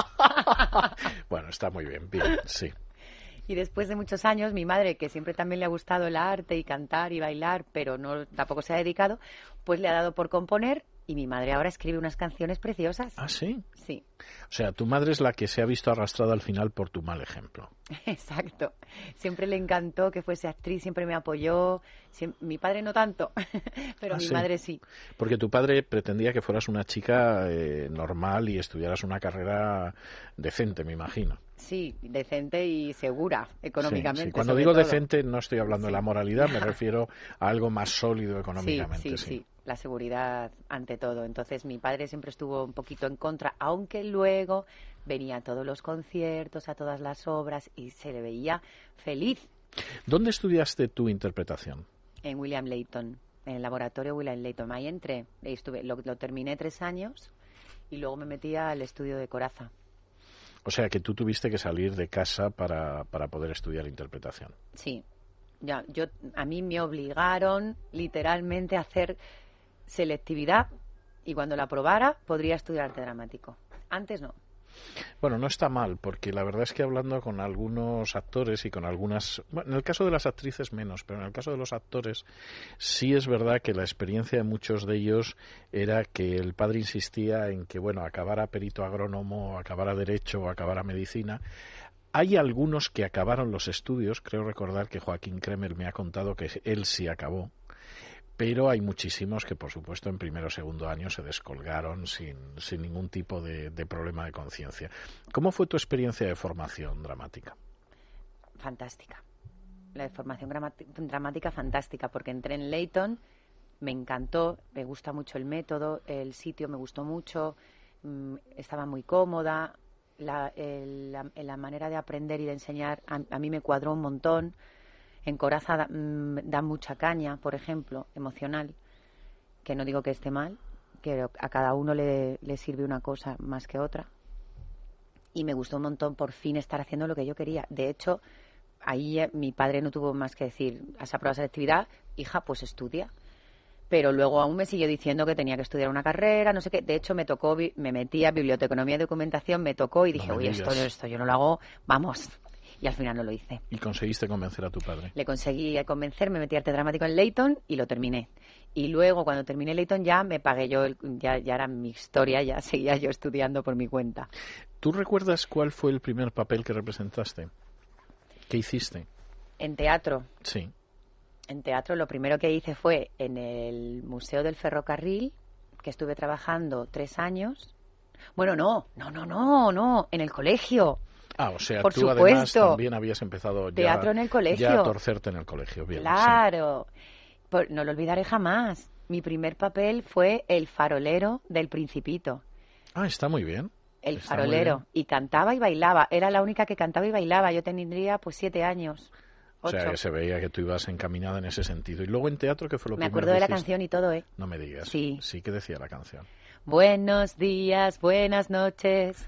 Bueno, está muy bien, sí. Y después de muchos años, mi madre, que siempre también le ha gustado el arte y cantar y bailar, pero tampoco se ha dedicado, pues le ha dado por componer y mi madre ahora escribe unas canciones preciosas. ¿Ah, sí? Sí. O sea, tu madre es la que se ha visto arrastrada al final por tu mal ejemplo. Exacto. Siempre le encantó que fuese actriz, siempre me apoyó. Mi padre no tanto, pero mi madre sí. Porque tu padre pretendía que fueras una chica normal y estudiaras una carrera decente, me imagino. Sí, decente y segura económicamente. Sí. Cuando digo decente no estoy hablando de la moralidad, me refiero a algo más sólido económicamente. Sí. La seguridad ante todo. Entonces mi padre siempre estuvo un poquito en contra, aunque luego venía a todos los conciertos, a todas las obras y se le veía feliz. ¿Dónde estudiaste tu interpretación? en William Layton, en el laboratorio William Layton. Ahí entré, ahí estuve, lo terminé 3 años y luego me metí al estudio de Corazza. O sea, que tú tuviste que salir de casa para poder estudiar interpretación. Sí, a mí me obligaron literalmente a hacer selectividad y cuando la aprobara podría estudiar arte dramático. Antes no. Bueno, no está mal, porque la verdad es que hablando con algunos actores y con algunas... Bueno, en el caso de las actrices menos, pero en el caso de los actores sí es verdad que la experiencia de muchos de ellos era que el padre insistía en que, bueno, acabara perito agrónomo, acabara derecho o acabara medicina. Hay algunos que acabaron los estudios, creo recordar que Joaquín Kremer me ha contado que él sí acabó, pero hay muchísimos que, por supuesto, en primero o segundo año se descolgaron sin ningún tipo de problema de conciencia. ¿Cómo fue tu experiencia de formación dramática? Fantástica. La formación dramática fantástica, porque entré en Layton, me encantó, me gusta mucho el método, el sitio me gustó mucho, estaba muy cómoda, la manera de aprender y de enseñar a mí me cuadró un montón. En Corazza da mucha caña, por ejemplo, emocional, que no digo que esté mal, que a cada uno le sirve una cosa más que otra. Y me gustó un montón por fin estar haciendo lo que yo quería. De hecho, ahí mi padre no tuvo más que decir, has aprobado selectividad, hija, pues estudia. Pero luego aún me siguió diciendo que tenía que estudiar una carrera, no sé qué. De hecho, me metí a biblioteconomía y documentación, me tocó y dije, uy, esto yo no lo hago, vamos. Y al final no lo hice. ¿Y conseguiste convencer a tu padre? Le conseguí convencer, me metí arte dramático en Layton y lo terminé. Y luego, cuando terminé Layton, ya me pagué yo, ya era mi historia, ya seguía yo estudiando por mi cuenta. ¿Tú recuerdas cuál fue el primer papel que representaste? ¿Qué hiciste? En teatro. Sí. En teatro lo primero que hice fue en el Museo del Ferrocarril, que estuve trabajando 3 años. Bueno, no, en el colegio. Ah, o sea, por tú supuesto. Además también habías empezado teatro en el colegio. Ya a torcerte en el colegio. Bien, claro, sí. No lo olvidaré jamás. Mi primer papel fue el farolero del Principito. Ah, está muy bien. El farolero. Y cantaba y bailaba. Era la única que cantaba y bailaba. Yo tendría pues 7 años. 8. O sea, que se veía que tú ibas encaminada en ese sentido. ¿Y luego en teatro qué fue lo primero que hiciste? Me acuerdo de la canción y todo, ¿eh? No me digas. Sí. Sí, ¿qué decía la canción? Buenos días, buenas noches,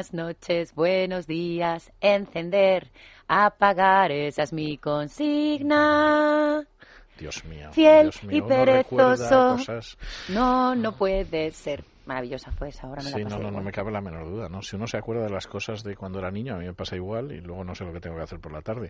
buenos días, encender, apagar, esa es mi consigna. Dios mío, fiel Dios mío, y perezoso, cosas... no puede ser. Maravillosa fue esa, ahora me la pasé. Sí, no me cabe la menor duda, ¿no? Si uno se acuerda de las cosas de cuando era niño, a mí me pasa igual y luego no sé lo que tengo que hacer por la tarde.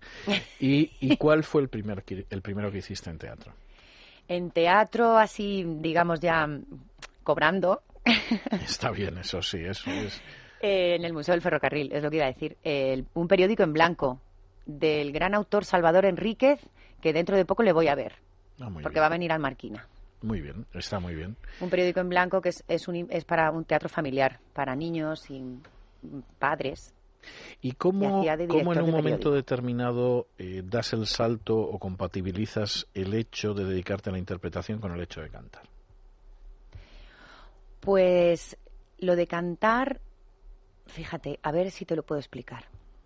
¿Y cuál fue el primero que hiciste en teatro? En teatro, así, digamos ya cobrando... Está bien, eso sí, eso es. En el Museo del Ferrocarril, es lo que iba a decir. Un periódico en blanco del gran autor Salvador Enríquez, que dentro de poco le voy a ver, porque bien. va a venir al Marquina. Muy bien, está muy bien. Un periódico en blanco que es para un teatro familiar, para niños y padres. ¿Y cómo en un momento periódico. Determinado das el salto o compatibilizas el hecho de dedicarte a la interpretación con el hecho de cantar? Pues lo de cantar, fíjate, a ver si te lo puedo explicar.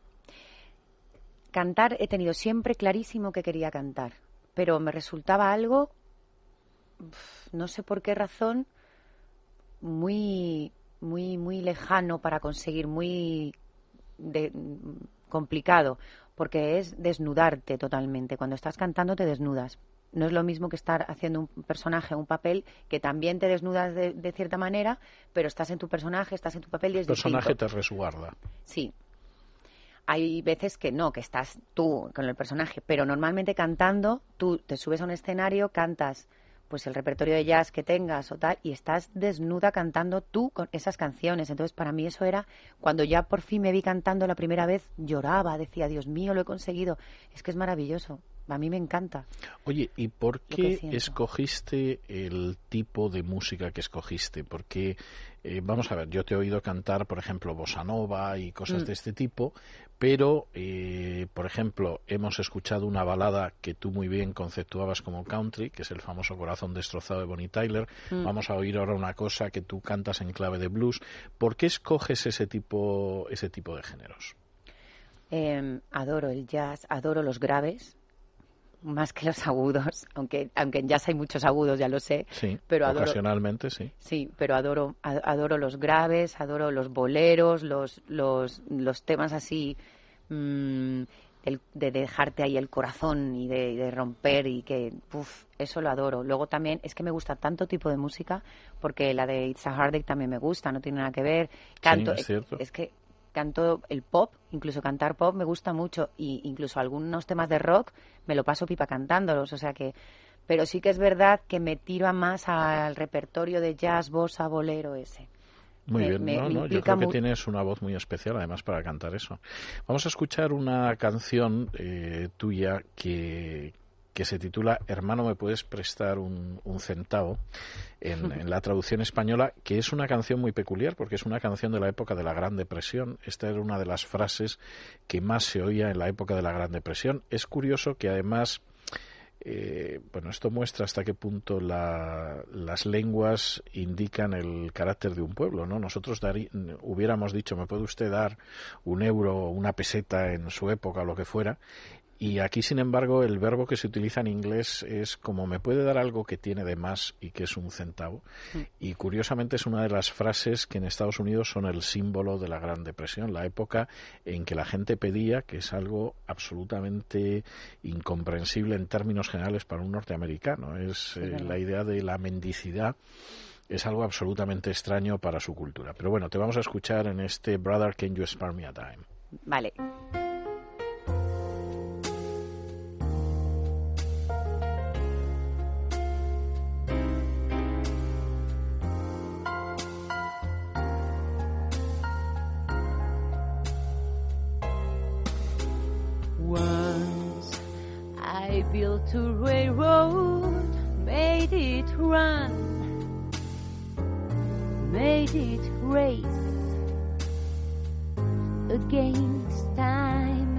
Cantar he tenido siempre clarísimo que quería cantar, pero me resultaba algo, no sé por qué razón, muy lejano para conseguir, muy complicado, porque es desnudarte totalmente. Cuando estás cantando te desnudas. No es lo mismo que estar haciendo un personaje, un papel, que también te desnudas de cierta manera, pero estás en tu personaje, estás en tu papel y es distinto. El personaje te resguarda. Sí. Hay veces que no, que estás tú con el personaje, pero normalmente cantando, tú te subes a un escenario, cantas pues el repertorio de jazz que tengas o tal, y estás desnuda cantando tú con esas canciones. Entonces, para mí eso era, cuando ya por fin me vi cantando la primera vez, lloraba, decía, Dios mío, lo he conseguido. Es que es maravilloso. A mí me encanta. Oye, ¿y por qué escogiste el tipo de música que escogiste? Porque, vamos a ver, yo te he oído cantar, por ejemplo, bossa nova y cosas de este tipo, pero, por ejemplo, hemos escuchado una balada que tú muy bien conceptuabas como country, que es el famoso Corazón destrozado de Bonnie Tyler. Vamos a oír ahora una cosa que tú cantas en clave de blues. ¿Por qué escoges ese tipo de géneros? Adoro el jazz, adoro los graves. más que los agudos, aunque en jazz hay muchos agudos, ya lo sé. Sí, pero ocasionalmente sí. Sí, pero adoro los graves, adoro los boleros, los temas así de dejarte ahí el corazón y de romper y que, eso lo adoro. Luego también es que me gusta tanto tipo de música, porque la de It's a Heartache también me gusta, no tiene nada que ver. Canto, sí, es cierto. Es que canto el pop, incluso cantar pop me gusta mucho, y incluso algunos temas de rock me lo paso pipa cantándolos, o sea que... Pero sí que es verdad que me tiro más al repertorio de jazz, bossa, bolero ese. Muy bien, yo creo que mu- tienes una voz muy especial además para cantar eso. Vamos a escuchar una canción tuya que se titula Hermano, ¿me puedes prestar un centavo? En la traducción española, que es una canción muy peculiar porque es una canción de la época de la Gran Depresión. Esta era una de las frases que más se oía en la época de la Gran Depresión. Es curioso que además... esto muestra hasta qué punto las lenguas indican el carácter de un pueblo, ¿no? Nosotros hubiéramos dicho, ¿me puede usted dar un euro o una peseta en su época o lo que fuera? Y aquí, sin embargo, el verbo que se utiliza en inglés es como me puede dar algo que tiene de más y que es un centavo. Y curiosamente es una de las frases que en Estados Unidos son el símbolo de la Gran Depresión, la época en que la gente pedía, que es algo absolutamente incomprensible en términos generales para un norteamericano. Es la idea de la mendicidad. Es algo absolutamente extraño para su cultura. Pero bueno, te vamos a escuchar en este Brother, Can You Spare Me a Dime? Vale. Once I built a railroad, made it run, made it race against time.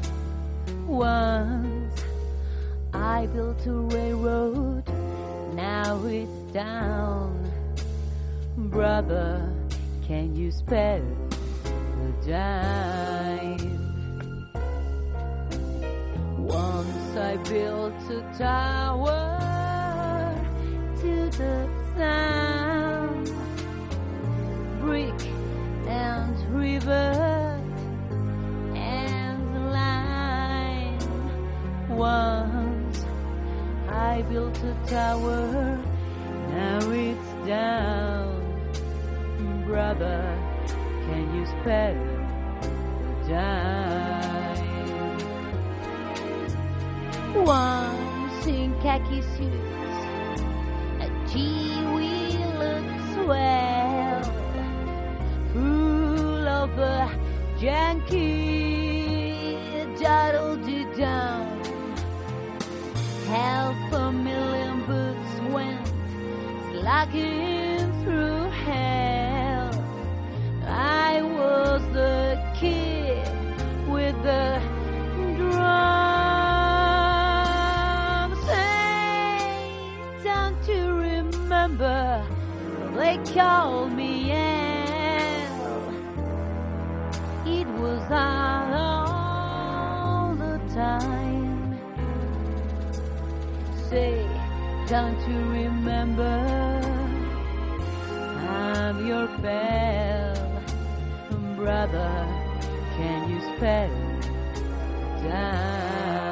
Once I built a railroad, now it's down. Brother, can you spare a dime? Once I built a tower to the sound, brick and rivet and line. Once I built a tower, now it's down. Brother, can you spare a dime? Once in khaki suits, gee, we look swell, full of Yankee daddle-dee-down. 500,000 boots went slugging through hell. I was the kid with the drum. They called me Al. It was all the time. Say, don't you remember? I'm your pal, brother. Can you spare time?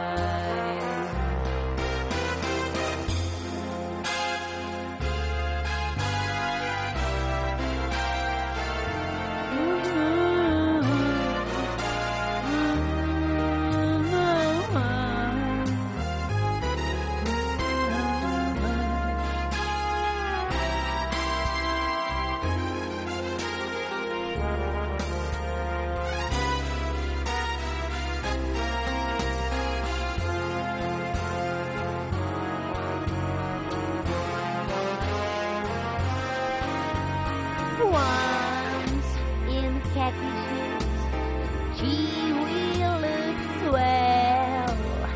Once in khaki shoes, gee, we look swell,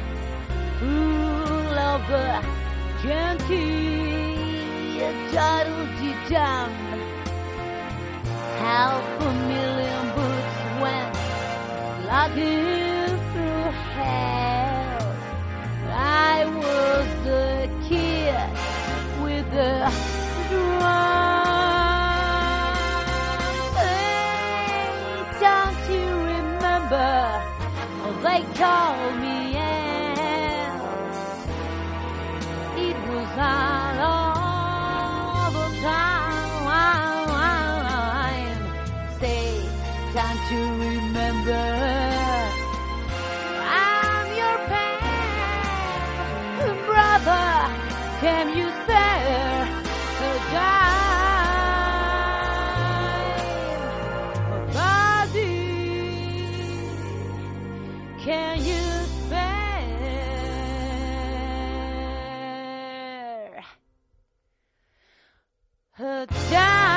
full of junkie, daddle-dee-dum. 500,000 boots went slugging through hell. I was the kid with the drum. Hey, don't you remember? Oh, they called me Anne. It was all the time. Say, don't you remember? I'm your pen, brother. Can you spare a dime? Buddy, can you spare a dime?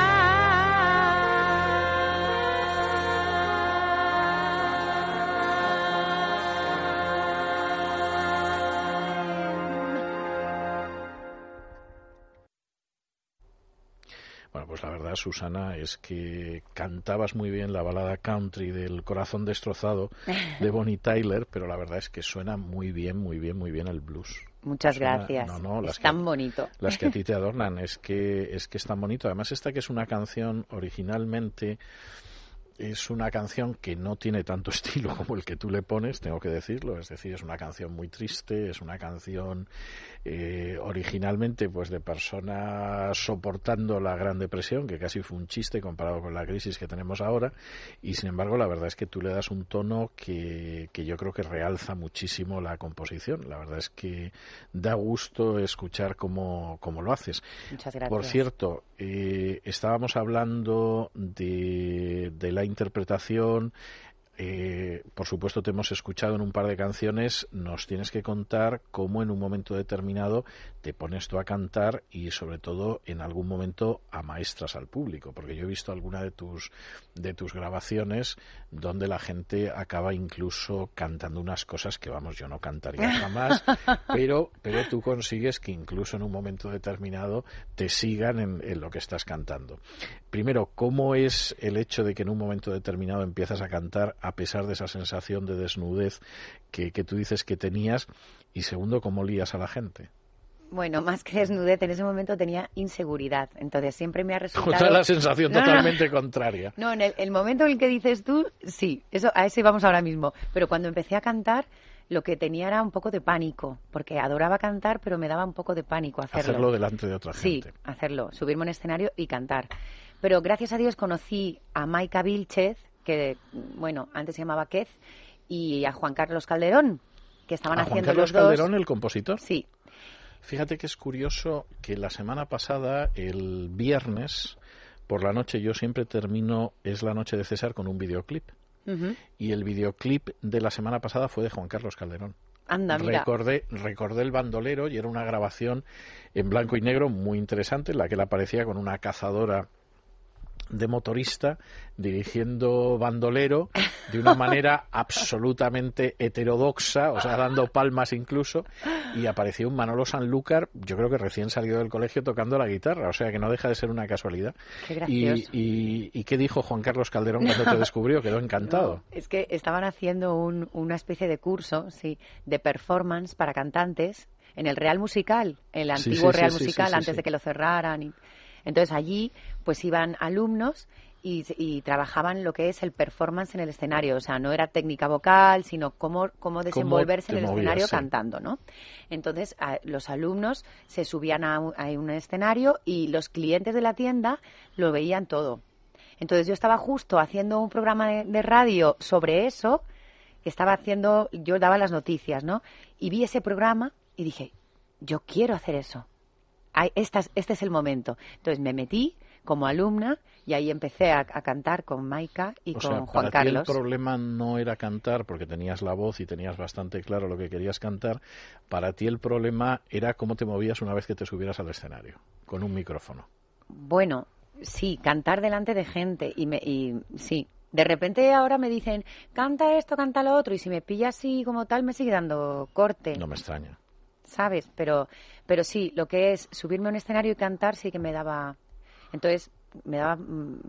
Bueno, pues la verdad, Susana, es que cantabas muy bien la balada country del Corazón Destrozado de Bonnie Tyler, pero la verdad es que suena muy bien el blues. Muchas Suena, gracias. las es tan bonito. Las que a ti te adornan, es que es tan bonito. Además, esta que es una canción originalmente... Es una canción que no tiene tanto estilo como el que tú le pones, tengo que decirlo. Es decir, es una canción muy triste, es una canción originalmente pues de personas soportando la Gran Depresión, que casi fue un chiste comparado con la crisis que tenemos ahora, y sin embargo la verdad es que tú le das un tono que yo creo que realza muchísimo la composición. La verdad es que da gusto escuchar cómo lo haces. Muchas gracias. Por cierto, estábamos hablando de la interpretación. Por supuesto te hemos escuchado en un par de canciones. Nos tienes que contar cómo en un momento determinado te pones tú a cantar y sobre todo en algún momento amaestras al público, porque yo he visto alguna de tus grabaciones donde la gente acaba incluso cantando unas cosas que vamos, yo no cantaría jamás, pero tú consigues que incluso en un momento determinado te sigan en lo que estás cantando. Primero, ¿cómo es el hecho de que en un momento determinado empiezas a cantar a pesar de esa sensación de desnudez que tú dices que tenías? Y segundo, ¿cómo lías a la gente? Bueno, más que desnudez, en ese momento tenía inseguridad. Entonces siempre me ha resultado... Otra la sensación totalmente contraria. No, en el momento en el que dices tú, sí, a ese vamos ahora mismo. Pero cuando empecé a cantar, lo que tenía era un poco de pánico, porque adoraba cantar, pero me daba un poco de pánico hacerlo. Hacerlo delante de otra gente. Sí, hacerlo, subirme a un escenario y cantar. Pero gracias a Dios conocí a Maika Vilchez, que, bueno, antes se llamaba Kez, y a Juan Carlos Calderón, que estaban haciendo los dos. ¿Juan Carlos Calderón, el compositor? Sí. Fíjate que es curioso que la semana pasada, el viernes, por la noche, yo siempre termino Es la noche de César con un videoclip. Uh-huh. Y el videoclip de la semana pasada fue de Juan Carlos Calderón. Anda, mira. Recordé El bandolero y era una grabación en blanco y negro muy interesante, en la que él aparecía con una cazadora de motorista dirigiendo Bandolero de una manera absolutamente heterodoxa, o sea, dando palmas incluso, y apareció un Manolo Sanlúcar, yo creo que recién salido del colegio tocando la guitarra, o sea, que no deja de ser una casualidad. Qué gracioso. ¿Y qué dijo Juan Carlos Calderón cuando te descubrió? Quedó encantado. No, es que estaban haciendo una especie de curso, sí, de performance para cantantes en el Real Musical, el antiguo Real Musical, antes de que lo cerraran. Entonces allí pues iban alumnos y trabajaban lo que es el performance en el escenario, o sea, no era técnica vocal, sino cómo desenvolverse en el escenario cantando, ¿no? Entonces los alumnos se subían a un escenario y los clientes de la tienda lo veían todo. Entonces yo estaba justo haciendo un programa de radio sobre eso, que estaba haciendo, yo daba las noticias, ¿no? Y vi ese programa y dije, yo quiero hacer eso. Este es el momento. Entonces me metí como alumna y ahí empecé a cantar con Maika y con Juan Carlos. Para ti el problema no era cantar porque tenías la voz y tenías bastante claro lo que querías cantar. Para ti el problema era cómo te movías una vez que te subieras al escenario con un micrófono. Bueno, sí, cantar delante de gente y sí. De repente ahora me dicen, canta esto, canta lo otro, y si me pilla así como tal me sigue dando corte. No me extraña. ¿Sabes? Pero sí, lo que es subirme a un escenario y cantar sí que me daba... Entonces, me daba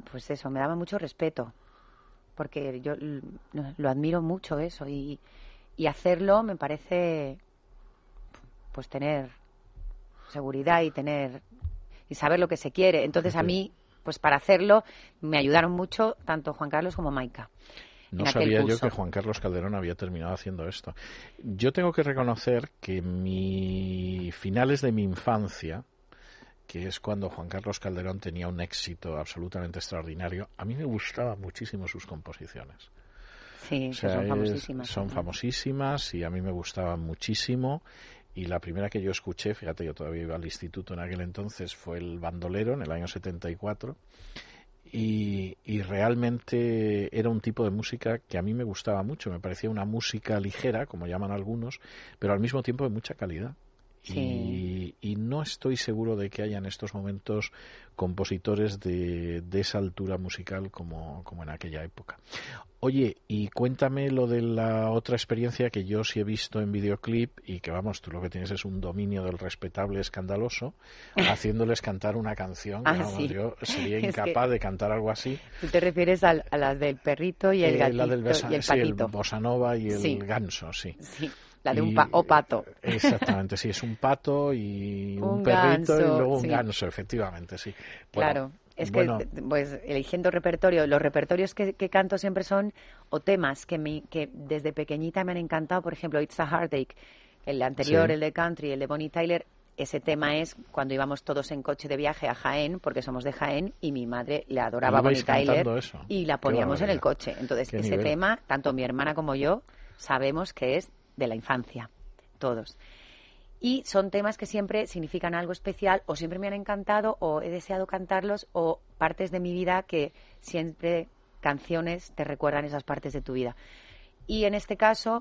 mucho respeto, porque yo lo admiro mucho eso, y hacerlo me parece pues tener seguridad y saber lo que se quiere. Entonces a mí, pues para hacerlo, me ayudaron mucho tanto Juan Carlos como Maika. No sabía yo que Juan Carlos Calderón había terminado haciendo esto. Yo tengo que reconocer que finales de mi infancia, que es cuando Juan Carlos Calderón tenía un éxito absolutamente extraordinario, a mí me gustaban muchísimo sus composiciones. Sí, son famosísimas. Son famosísimas y a mí me gustaban muchísimo. Y la primera que yo escuché, fíjate, yo todavía iba al instituto en aquel entonces, fue El Bandolero, en el año 74. Y realmente era un tipo de música que a mí me gustaba mucho. Me parecía una música ligera, como llaman algunos, pero al mismo tiempo de mucha calidad. Sí. Y no estoy seguro de que haya en estos momentos compositores de esa altura musical como en aquella época. Oye, y cuéntame lo de la otra experiencia que yo sí he visto en videoclip y que, vamos, tú lo que tienes es un dominio del respetable escandaloso, haciéndoles cantar una canción que, vamos, sí. Yo sería incapaz de cantar algo así. Tú te refieres a las del perrito y el gatito y el patito. El bossa nova y el ganso, sí. Sí. La de un pato. Exactamente, sí, es un pato y un perrito ganso, y luego un ganso, efectivamente, sí. Bueno, claro, es que pues eligiendo repertorio, los repertorios que canto siempre son o temas que desde pequeñita me han encantado, por ejemplo, It's a Heartache, el anterior, sí. El de Country, el de Bonnie Tyler. Ese tema es cuando íbamos todos en coche de viaje a Jaén, porque somos de Jaén, y mi madre le adoraba a Bonnie Tyler eso. Y la poníamos en el coche. Entonces, ese nivel. Tema, tanto mi hermana como yo, sabemos que es de la infancia, todos. Y son temas que siempre significan algo especial, o siempre me han encantado, o he deseado cantarlos, o partes de mi vida que siempre canciones te recuerdan esas partes de tu vida. Y en este caso,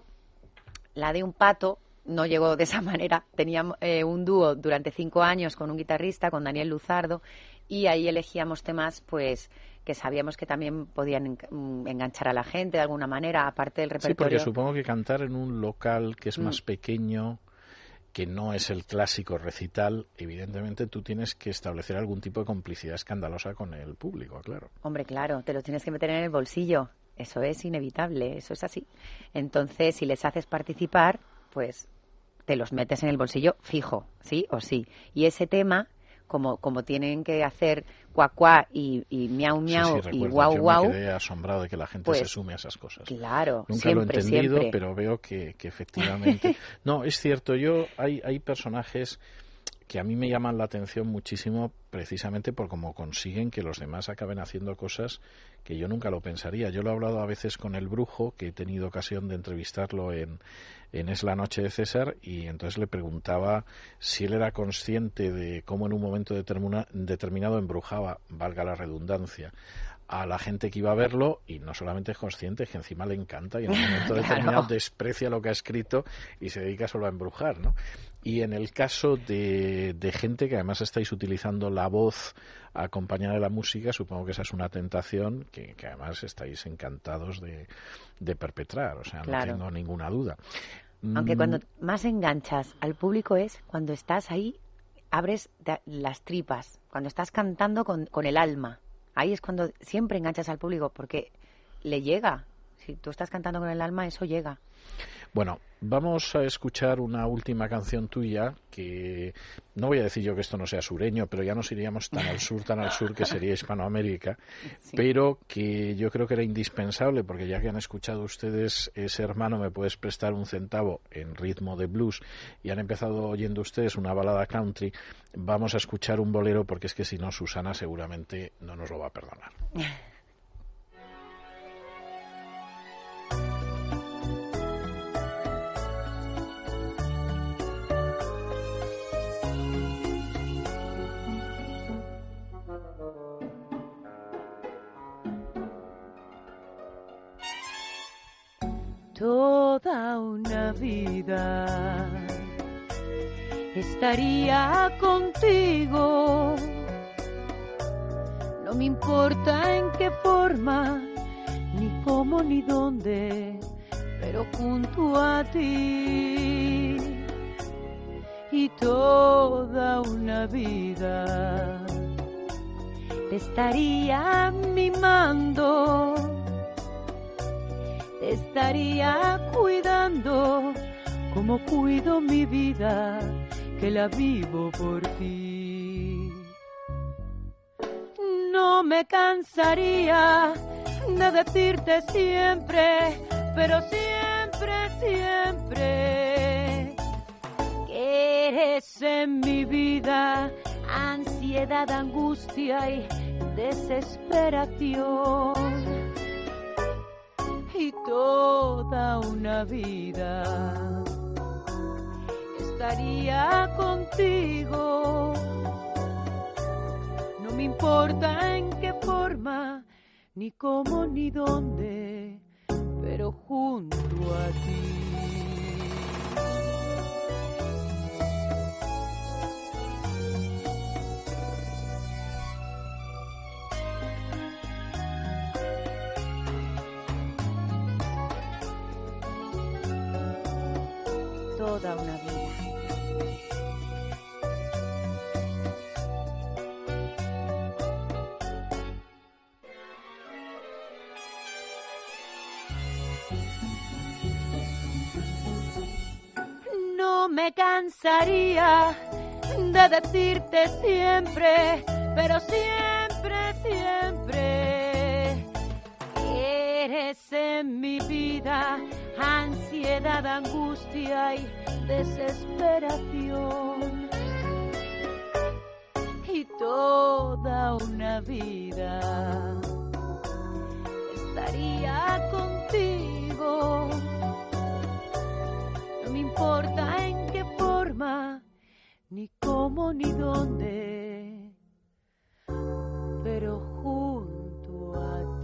la de un pato no llegó de esa manera. Tenía un dúo durante 5 años con un guitarrista, con Daniel Luzardo, y ahí elegíamos temas, pues, que sabíamos que también podían enganchar a la gente de alguna manera, aparte del repertorio. Sí, porque supongo que cantar en un local que es más pequeño, que no es el clásico recital, evidentemente tú tienes que establecer algún tipo de complicidad escandalosa con el público, claro. Hombre, claro, te los tienes que meter en el bolsillo. Eso es inevitable, eso es así. Entonces, si les haces participar, pues te los metes en el bolsillo fijo, sí o sí. Y ese tema, como tienen que hacer cuá cuá y miau miau y guau guau. Yo me quedé asombrado de que la gente pues, se sume a esas cosas. Claro, nunca siempre, lo he entendido, siempre. Pero veo que efectivamente. No, es cierto. Hay personajes que a mí me llaman la atención muchísimo precisamente por cómo consiguen que los demás acaben haciendo cosas que yo nunca lo pensaría. Yo lo he hablado a veces con El Brujo, que he tenido ocasión de entrevistarlo en Es la noche de César, y entonces le preguntaba si él era consciente de cómo en un momento determinado embrujaba, valga la redundancia, a la gente que iba a verlo, y no solamente es consciente, es que encima le encanta y en un momento determinado desprecia lo que ha escrito y se dedica solo a embrujar, ¿no? Y en el caso de gente que además estáis utilizando la voz acompañada de la música, supongo que esa es una tentación que además estáis encantados de perpetrar, o sea, no tengo ninguna duda. Aunque cuando más enganchas al público es cuando estás ahí, abres las tripas, cuando estás cantando con el alma. Ahí es cuando siempre enganchas al público, porque le llega. Si tú estás cantando con el alma, eso llega. Bueno, vamos a escuchar una última canción tuya que no voy a decir yo que esto no sea sureño, pero ya nos iríamos tan al sur que sería Hispanoamérica, sí. Pero que yo creo que era indispensable, porque ya que han escuchado ustedes ese hermano, me puedes prestar un centavo en ritmo de blues, y han empezado oyendo ustedes una balada country, vamos a escuchar un bolero, porque es que si no, Susana seguramente no nos lo va a perdonar. Toda una vida estaría contigo. No me importa en qué forma, ni cómo ni dónde, pero junto a ti. Y toda una vida te estaría mimando, te estaría cuidando como cuido mi vida que la vivo por ti. No me cansaría de decirte siempre, pero siempre, siempre, que eres en mi vida ansiedad, angustia y desesperación. Y toda una vida estaría contigo. No me importa en qué forma, ni cómo, ni dónde, pero junto a ti. Toda una vida. No me cansaría de decirte siempre, pero siempre, siempre, que eres en mi vida ansiedad, angustia y desesperación. Y toda una vida estaría contigo. No me importa en qué forma, ni cómo, ni dónde, pero junto a ti.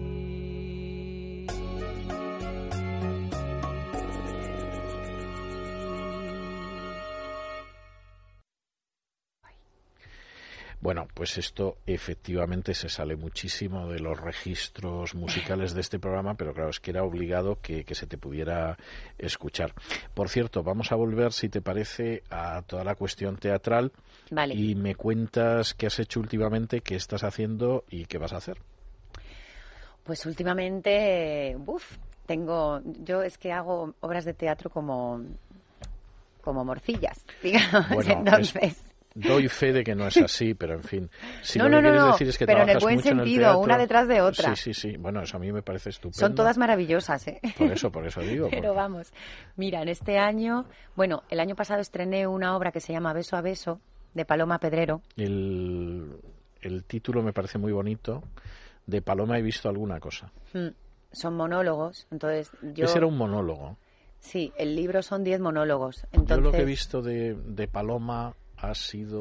Bueno, pues esto efectivamente se sale muchísimo de los registros musicales de este programa, pero claro, es que era obligado que se te pudiera escuchar. Por cierto, vamos a volver, si te parece, a toda la cuestión teatral. Vale. Y me cuentas qué has hecho últimamente, qué estás haciendo y qué vas a hacer. Pues últimamente, yo es que hago obras de teatro como morcillas, digamos, Bueno, entonces... Doy fe de que no es así, pero en fin. Si No, lo que quieres decir es que pero en el trabajas buen mucho en el sentido, teatro, una detrás de otra. Sí. Bueno, eso a mí me parece estupendo. Son todas maravillosas, ¿eh? Por eso digo. Pero vamos, mira, en este año, bueno, el año pasado estrené una obra que se llama Beso a Beso, de Paloma Pedrero. El título me parece muy bonito. De Paloma he visto alguna cosa. Son monólogos, entonces yo... Ese era un monólogo. Sí, el libro son 10 monólogos. Entonces... Yo lo que he visto de Paloma ha sido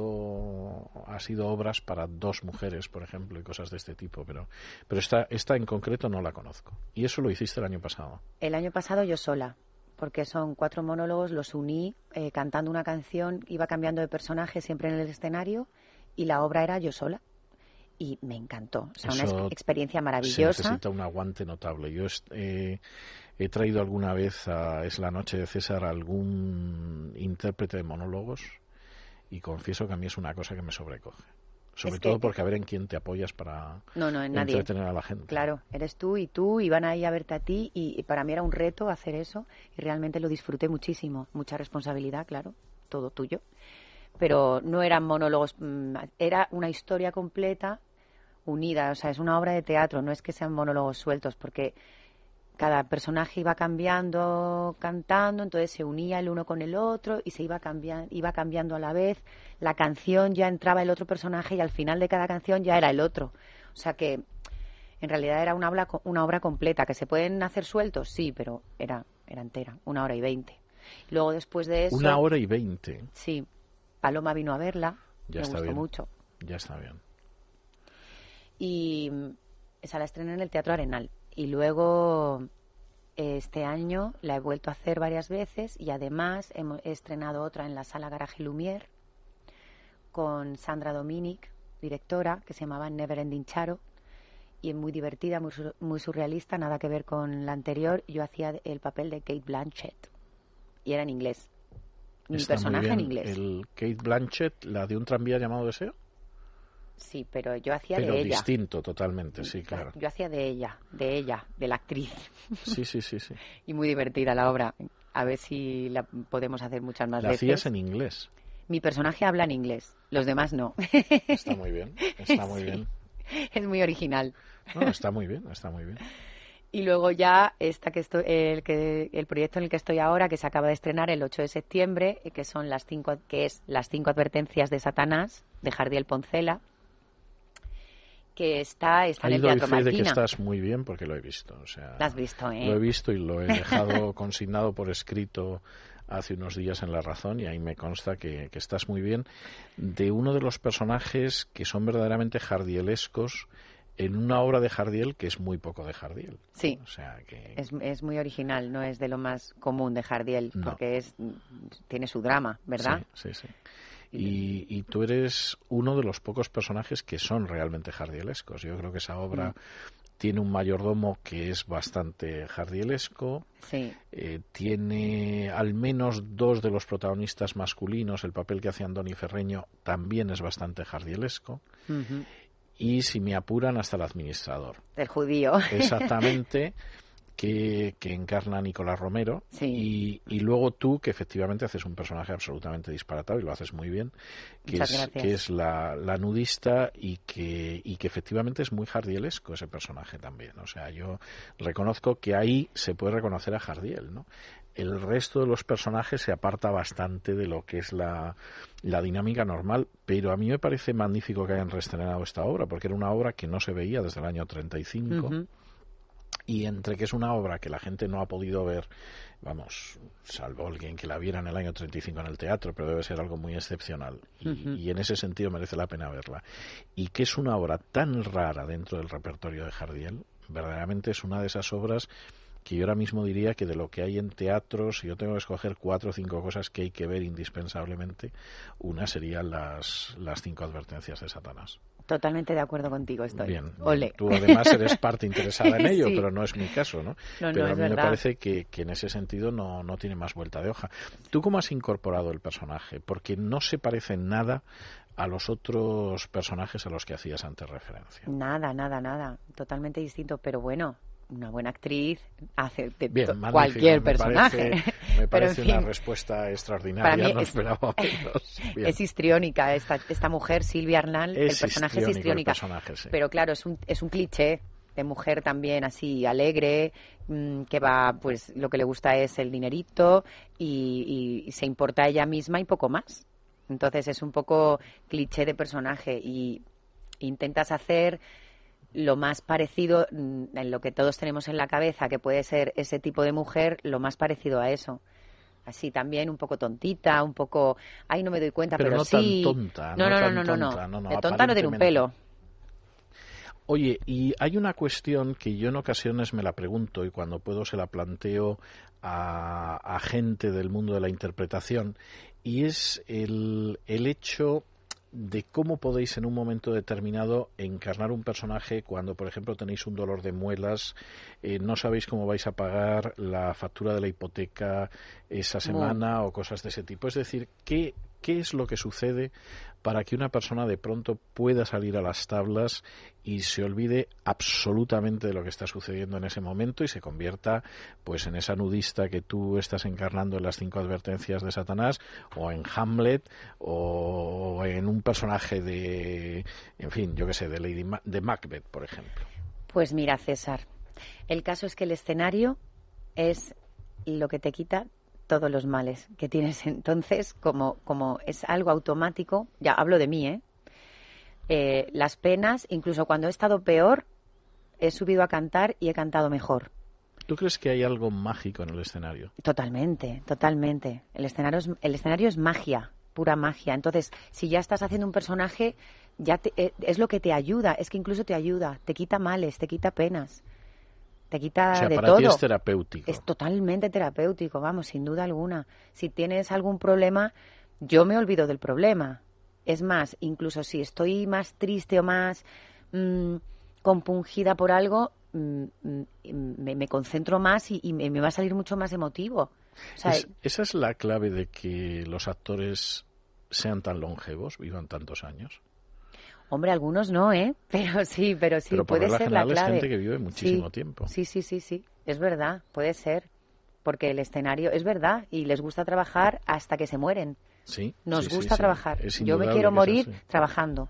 obras para 2 mujeres, por ejemplo, y cosas de este tipo, pero esta en concreto no la conozco. Y eso lo hiciste el año pasado. El año pasado yo sola, porque son 4 monólogos, los uní cantando una canción, iba cambiando de personaje siempre en el escenario, y la obra era yo sola. Y me encantó, o sea, una experiencia maravillosa. Se necesita un aguante notable. Yo he traído alguna vez Es la noche de César algún intérprete de monólogos y confieso que a mí es una cosa que me sobrecoge. Sobre todo porque a ver en quién te apoyas para entretener a la gente. Claro, eres tú, y van ahí a verte a ti, y para mí era un reto hacer eso, y realmente lo disfruté muchísimo. Mucha responsabilidad, claro, todo tuyo. Pero no eran monólogos, era una historia completa unida, o sea, es una obra de teatro, no es que sean monólogos sueltos, porque cada personaje iba cambiando, cantando, entonces se unía el uno con el otro y se iba cambiando a la vez. La canción ya entraba el otro personaje y al final de cada canción ya era el otro. O sea que en realidad era una obra completa. ¿Que se pueden hacer sueltos? Sí, pero era entera, 1 hora y 20. Luego después de eso... 1 hora y 20. Sí. Paloma vino a verla, ya me gustó mucho. Ya está bien. Y esa la estrené en el Teatro Arenal. Y luego este año la he vuelto a hacer varias veces y además he estrenado otra en la Sala Garaje Lumière con Sandra Dominic, directora, que se llamaba Neverending Charo, y muy divertida, muy surrealista, nada que ver con la anterior. Yo hacía el papel de Kate Blanchett y era en inglés. Mi personaje en inglés. ¿El Kate Blanchett, la de Un tranvía llamado Deseo? Sí, pero yo hacía de ella. Pero distinto totalmente, sí, claro. Yo hacía de ella, de la actriz. Sí. Y muy divertida la obra. A ver si la podemos hacer muchas más veces. ¿La hacías en inglés? Mi personaje habla en inglés, los demás no. Está muy bien, está muy Sí. bien. Es muy original. No, está muy bien, está muy bien. Y luego ya el proyecto en el que estoy ahora, que se acaba de estrenar el 8 de septiembre, que es las 5 advertencias de Satanás, de Jardiel Poncela, que está en Ahí el doy Teatro fe de que Marquina. estás muy bien porque lo he visto. O sea, Lo has visto, ¿eh? Lo he visto y lo he dejado consignado por escrito hace unos días en La Razón y ahí me consta que estás muy bien de uno de los personajes que son verdaderamente jardielescos en una obra de Jardiel que es muy poco de Jardiel. Sí, O sea que es muy original, no es de lo más común de Jardiel, No. porque tiene su drama, ¿verdad? Sí, sí, sí. Y tú eres uno de los pocos personajes que son realmente jardielescos. Yo creo que esa obra tiene un mayordomo que es bastante jardielesco. Sí. Tiene al menos dos de los protagonistas masculinos. El papel que hace Andoni Ferreño también es bastante jardielesco. Ujú. Y si me apuran, hasta el administrador. El judío. Exactamente. Que encarna Nicolás Romero. Sí. Y luego tú, que efectivamente haces un personaje absolutamente disparatado y lo haces muy bien, Muchas gracias. que es la nudista y que efectivamente es muy jardielesco ese personaje también. O sea, yo reconozco que ahí se puede reconocer a Jardiel, ¿no? El resto de los personajes se aparta bastante de lo que es la dinámica normal, pero a mí me parece magnífico que hayan reestrenado esta obra, porque era una obra que no se veía desde el año 35. Ujú. Y entre que es una obra que la gente no ha podido ver, vamos, salvo alguien que la viera en el año 35 en el teatro, pero debe ser algo muy excepcional. Y en ese sentido merece la pena verla. Y que es una obra tan rara dentro del repertorio de Jardiel, verdaderamente es una de esas obras que yo ahora mismo diría que de lo que hay en teatro, si yo tengo que escoger 4 o 5 cosas que hay que ver indispensablemente, una serían las 5 advertencias de Satanás. Totalmente de acuerdo contigo estoy. Bien, Ole. tú además eres parte interesada en ello, Sí. pero no es mi caso, ¿no? No, Pero es a mí me verdad. parece que en ese sentido no tiene más vuelta de hoja. ¿Tú cómo has incorporado el personaje? Porque no se parece en nada a los otros personajes a los que hacías antes referencia. Nada. Totalmente distinto, pero bueno, una buena actriz hace de Bien, magnífico, cualquier me personaje. Me Pero, en parece una fin, respuesta extraordinaria, para mí no esperaba menos. Bien. es histriónica esta mujer, Silvia Arnal, el personaje es histriónico histriónica. el personaje, sí. Pero claro, es un cliché de mujer también así alegre, que va, pues lo que le gusta es el dinerito y se importa a ella misma y poco más. Entonces es un poco cliché de personaje y intentas hacer lo más parecido en lo que todos tenemos en la cabeza, que puede ser ese tipo de mujer, lo más parecido a eso. Así también un poco tontita, un poco, ay, no me doy cuenta, pero no sí. tan tonta, No, tan tonta, de tonta no tiene un pelo. Oye, y hay una cuestión que yo en ocasiones me la pregunto y cuando puedo se la planteo a gente del mundo de la interpretación, y es el hecho de cómo podéis en un momento determinado encarnar un personaje cuando, por ejemplo, tenéis un dolor de muelas, no sabéis cómo vais a pagar la factura de la hipoteca esa semana o cosas de ese tipo. Es decir, ¿qué es lo que sucede para que una persona de pronto pueda salir a las tablas y se olvide absolutamente de lo que está sucediendo en ese momento y se convierta pues en esa nudista que tú estás encarnando en las 5 advertencias de Satanás, o en Hamlet, o en un personaje de, en fin, yo qué sé, de Macbeth, por ejemplo? Pues mira, César, el caso es que el escenario es lo que te quita todos los males que tienes. Entonces, como es algo automático, ya hablo de mí, las penas, incluso cuando he estado peor, he subido a cantar y he cantado mejor. ¿Tú crees que hay algo mágico en el escenario? Totalmente. El escenario es magia, pura magia. Entonces, si ya estás haciendo un personaje, es lo que te ayuda, es que incluso te ayuda, te quita males, te quita penas. Te quita o sea, de para todo. ti es terapéutico. Es totalmente terapéutico, vamos, sin duda alguna. Si tienes algún problema, yo me olvido del problema. Es más, incluso si estoy más triste o más compungida por algo, me concentro más y me va a salir mucho más emotivo. O sea, ¿Esa es la clave de que los actores sean tan longevos, vivan tantos años? Hombre, algunos no, pero sí Pero por puede regla ser la general es clave. gente que vive muchísimo tiempo. Sí, es verdad, puede ser, porque el escenario es verdad y les gusta trabajar hasta que se mueren. Sí, Nos sí, gusta sí. trabajar. Es Yo me indudable quiero que es morir así. trabajando.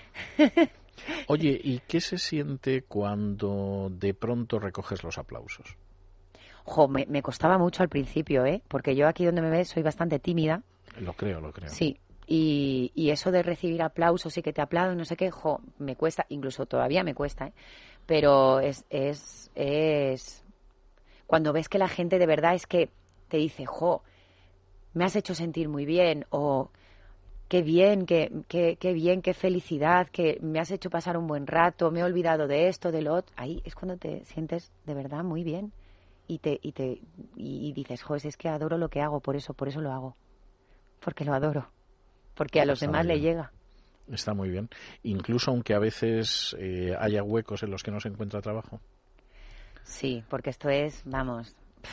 Oye, ¿y qué se siente cuando de pronto recoges los aplausos? Jo, me costaba mucho al principio, porque yo aquí donde me ves soy bastante tímida. Lo creo, lo creo. Sí, y eso de recibir aplausos y que te aplauden, no sé qué, jo, me cuesta, incluso todavía me cuesta, pero es cuando ves que la gente de verdad es que te dice, jo, me has hecho sentir muy bien, o qué bien, qué bien, qué felicidad, que me has hecho pasar un buen rato, me he olvidado de esto, de lo otro. Ahí es cuando te sientes de verdad muy bien y dices, jo, es que adoro lo que hago, por eso lo hago, porque lo adoro, porque a los Está demás muy le bien. llega. Está muy bien. Incluso aunque a veces haya huecos en los que no se encuentra trabajo. Sí, porque esto es, vamos,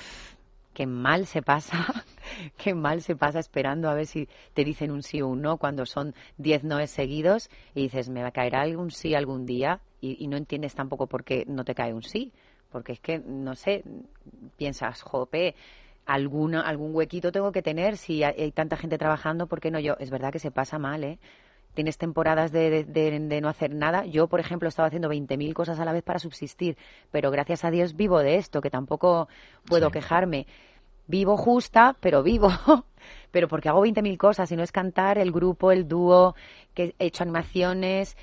qué mal se pasa, qué mal se pasa esperando a ver si te dicen un sí o un no cuando son 10 noes seguidos y dices, me va a caer algún sí algún día y no entiendes tampoco por qué no te cae un sí, porque es que, no sé, piensas, jope, algún huequito tengo que tener si hay tanta gente trabajando, ¿por qué no yo? Es verdad que se pasa mal, ¿eh? Tienes temporadas de no hacer nada. Yo, por ejemplo, estaba haciendo 20.000 cosas a la vez para subsistir, pero gracias a Dios vivo de esto, que tampoco puedo quejarme. Vivo justa, pero vivo. Pero porque hago 20.000 cosas, y no es cantar, el grupo, el dúo, que he hecho animaciones,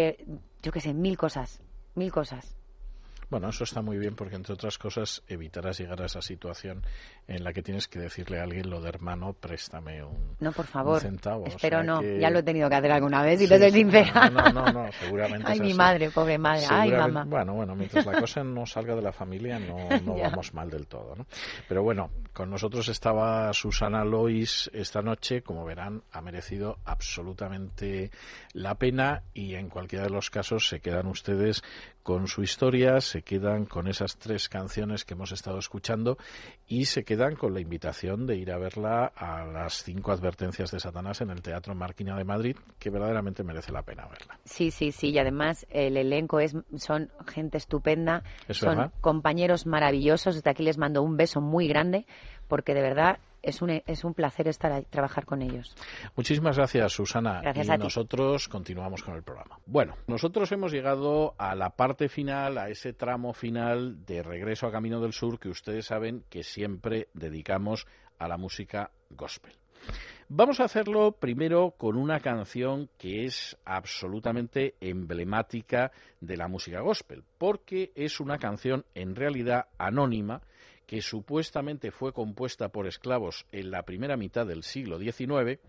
yo qué sé, 1.000 cosas, 1.000 cosas. Bueno, eso está muy bien porque, entre otras cosas, evitarás llegar a esa situación en la que tienes que decirle a alguien lo de hermano, préstame No, por favor, un centavo. espero o sea no, que... ya lo he tenido que hacer alguna vez, y Sí, te soy sincera. No, seguramente Ay, es mi así. madre, pobre madre, ay, mamá. Bueno, mientras la cosa no salga de la familia no Ya. vamos mal del todo, ¿no? Pero bueno, con nosotros estaba Susana Lois esta noche, como verán, ha merecido absolutamente la pena, y en cualquiera de los casos se quedan ustedes con su historia, se quedan con esas 3 canciones que hemos estado escuchando y se quedan con la invitación de ir a verla a las 5 advertencias de Satanás en el Teatro Marquina de Madrid, que verdaderamente merece la pena verla. Sí, y además el elenco son gente estupenda, ¿Es son verdad? compañeros maravillosos. Desde aquí les mando un beso muy grande, porque de verdad es un placer estar ahí, trabajar con ellos. Muchísimas gracias, Susana. Gracias y a ti. nosotros continuamos con el programa. Bueno, nosotros hemos llegado a la parte final, a ese tramo final de Regreso a Camino del Sur, que ustedes saben que siempre dedicamos a la música gospel. Vamos a hacerlo primero con una canción que es absolutamente emblemática de la música gospel, porque es una canción en realidad anónima, que supuestamente fue compuesta por esclavos en la primera mitad del siglo XIX,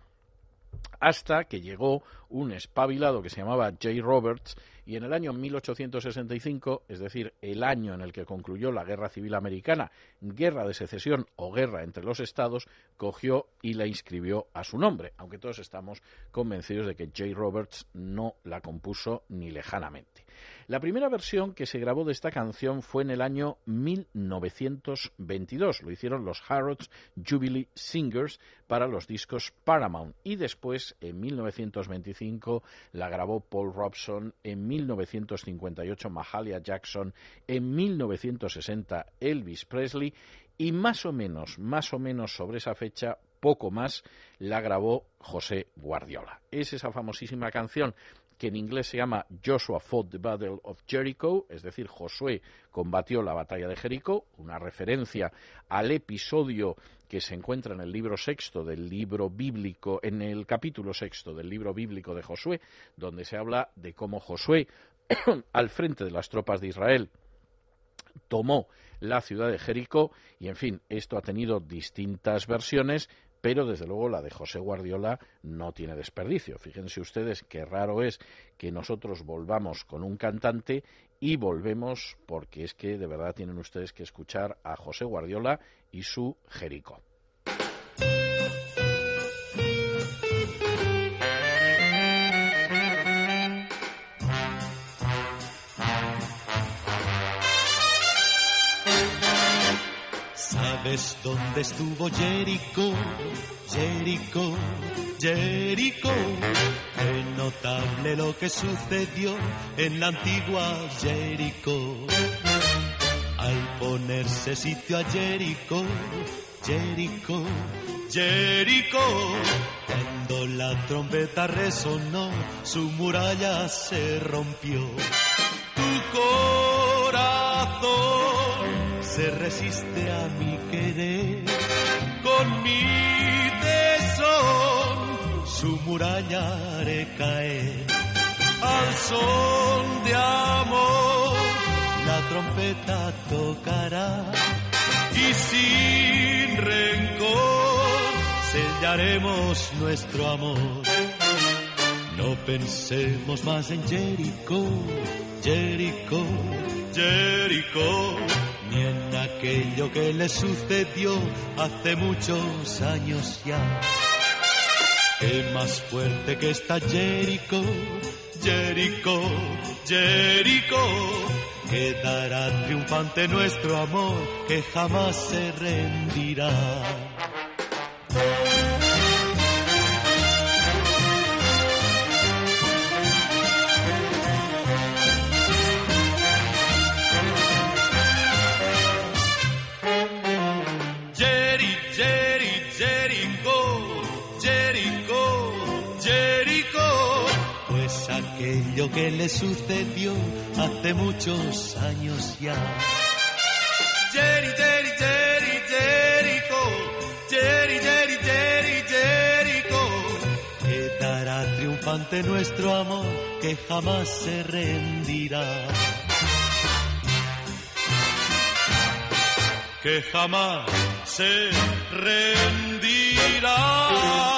hasta que llegó un espabilado que se llamaba Jay Roberts, y en el año 1865, es decir, el año en el que concluyó la Guerra Civil Americana, guerra de secesión o guerra entre los estados, cogió y la inscribió a su nombre, aunque todos estamos convencidos de que Jay Roberts no la compuso ni lejanamente. La primera versión que se grabó de esta canción fue en el año 1922. Lo hicieron los Harrods Jubilee Singers para los discos Paramount. Y después, en 1925, la grabó Paul Robeson. En 1958, Mahalia Jackson. En 1960, Elvis Presley. Y más o menos sobre esa fecha, poco más, la grabó José Guardiola. Es esa famosísima canción que en inglés se llama Joshua Fought the Battle of Jericho, es decir, Josué combatió la batalla de Jericó, una referencia al episodio que se encuentra en el libro sexto del libro bíblico, en el capítulo sexto del libro bíblico de Josué, donde se habla de cómo Josué, al frente de las tropas de Israel, tomó la ciudad de Jericó, y en fin, esto ha tenido distintas versiones, pero desde luego la de José Guardiola no tiene desperdicio. Fíjense ustedes qué raro es que nosotros volvamos con un cantante, y volvemos porque es que de verdad tienen ustedes que escuchar a José Guardiola y su Jericó. ¿Sabes dónde estuvo Jericó? Jericó, Jericó. Fue notable lo que sucedió en la antigua Jericó. Al ponerse sitio a Jericó, Jericó, Jericó. Cuando la trompeta resonó, su muralla se rompió. Tu corazón se resiste a mi querer. Con mi tesón su muralla haré caer. Al son de amor la trompeta tocará y sin rencor sellaremos nuestro amor. No pensemos más en Jericó, Jericó, Jericó, ni en aquello que le sucedió hace muchos años ya. Que más fuerte que está Jericó, Jericó, Jericó, quedará triunfante nuestro amor que jamás se rendirá. Aquello que le sucedió hace muchos años ya. Jerry, Jerry, Jerry, Jericho, Jerry, Jerry, Jerry, Jericho, quedará triunfante nuestro amor que jamás se rendirá. Que jamás se rendirá.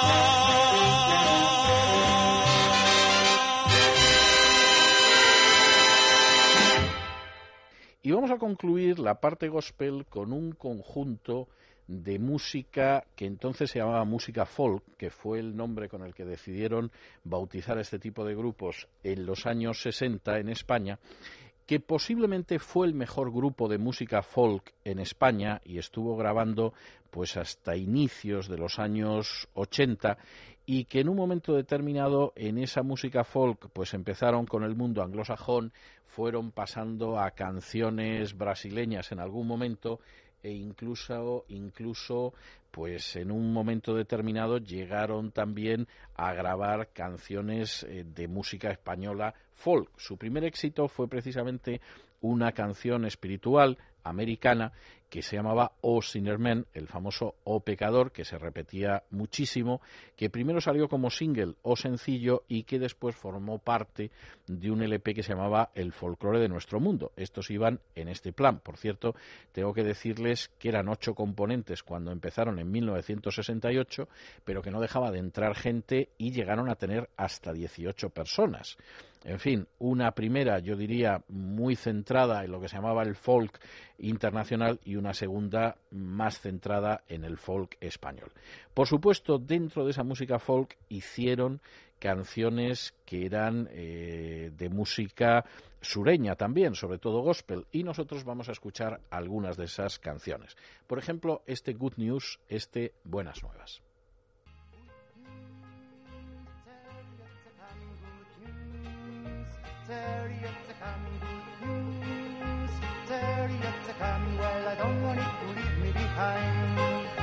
Y vamos a concluir la parte gospel con un conjunto de música que entonces se llamaba música folk, que fue el nombre con el que decidieron bautizar este tipo de grupos en los años 60 en España, que posiblemente fue el mejor grupo de música folk en España y estuvo grabando pues hasta inicios de los años 80, y que en un momento determinado en esa música folk pues empezaron con el mundo anglosajón, fueron pasando a canciones brasileñas en algún momento e incluso pues en un momento determinado llegaron también a grabar canciones de música española folk. Su primer éxito fue precisamente una canción espiritual americana que se llamaba Oh Sinner Man, el famoso Oh Pecador, que se repetía muchísimo, que primero salió como single o sencillo y que después formó parte de un LP que se llamaba El Folclore de Nuestro Mundo. Estos iban en este plan. Por cierto, tengo que decirles que eran 8 componentes cuando empezaron en 1968, pero que no dejaba de entrar gente y llegaron a tener hasta 18 personas. En fin, una primera, yo diría, muy centrada en lo que se llamaba el folk internacional y una segunda más centrada en el folk español. Por supuesto, dentro de esa música folk hicieron canciones que eran de música sureña también, sobre todo gospel, y nosotros vamos a escuchar algunas de esas canciones. Por ejemplo, este Good News, este Buenas Nuevas. Chariots are coming, good news. Chariots are coming, well, I don't want it to leave me behind.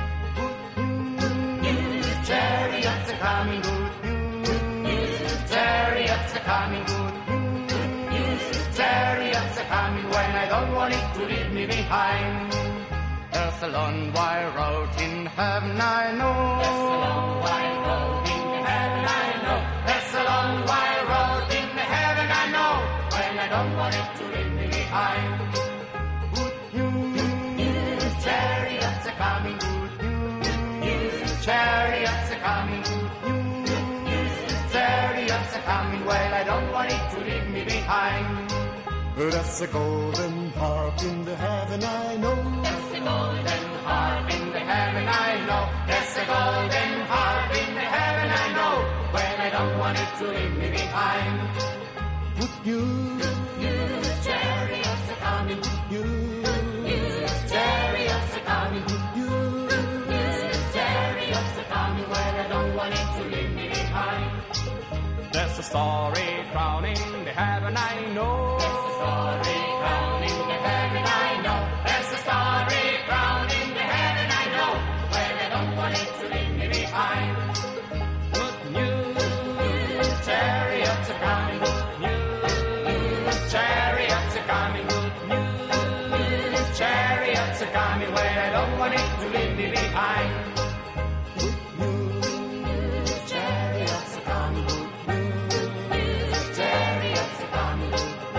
Good news. Chariots are coming, good news. Chariots are coming, good news. Chariots are coming, when I don't want it to leave me behind. There's a long wide road in heaven, I know. There's a long wide road in heaven, I know. There's a long wide road in heaven, I know. When I don't want it to leave me behind. Good news, chariots are coming. Good news, chariots are coming. Good news, chariots are coming. Well, I don't want it to leave me behind. There's a golden harp in the heaven, I know. There's a golden harp in the heaven, I know. There's a golden harp in the heaven, I know. When I don't want it to leave me behind. Good news, chariots are coming. Good news, chariots are coming. Good news, chariots are coming. When I don't want it to leave me behind. There's a starry crown in the heaven, I know. There's a starry crown in the heaven, I know. There's a starry crown in the heaven, I know. When I don't want it to leave want it to leave me behind. Chariots are coming, chariots are coming,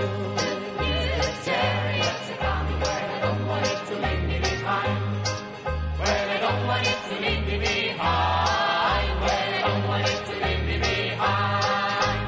chariots are coming. Well, I don't want it to leave me behind. Well, I don't want it to leave me behind. Well, I don't want it to leave me behind.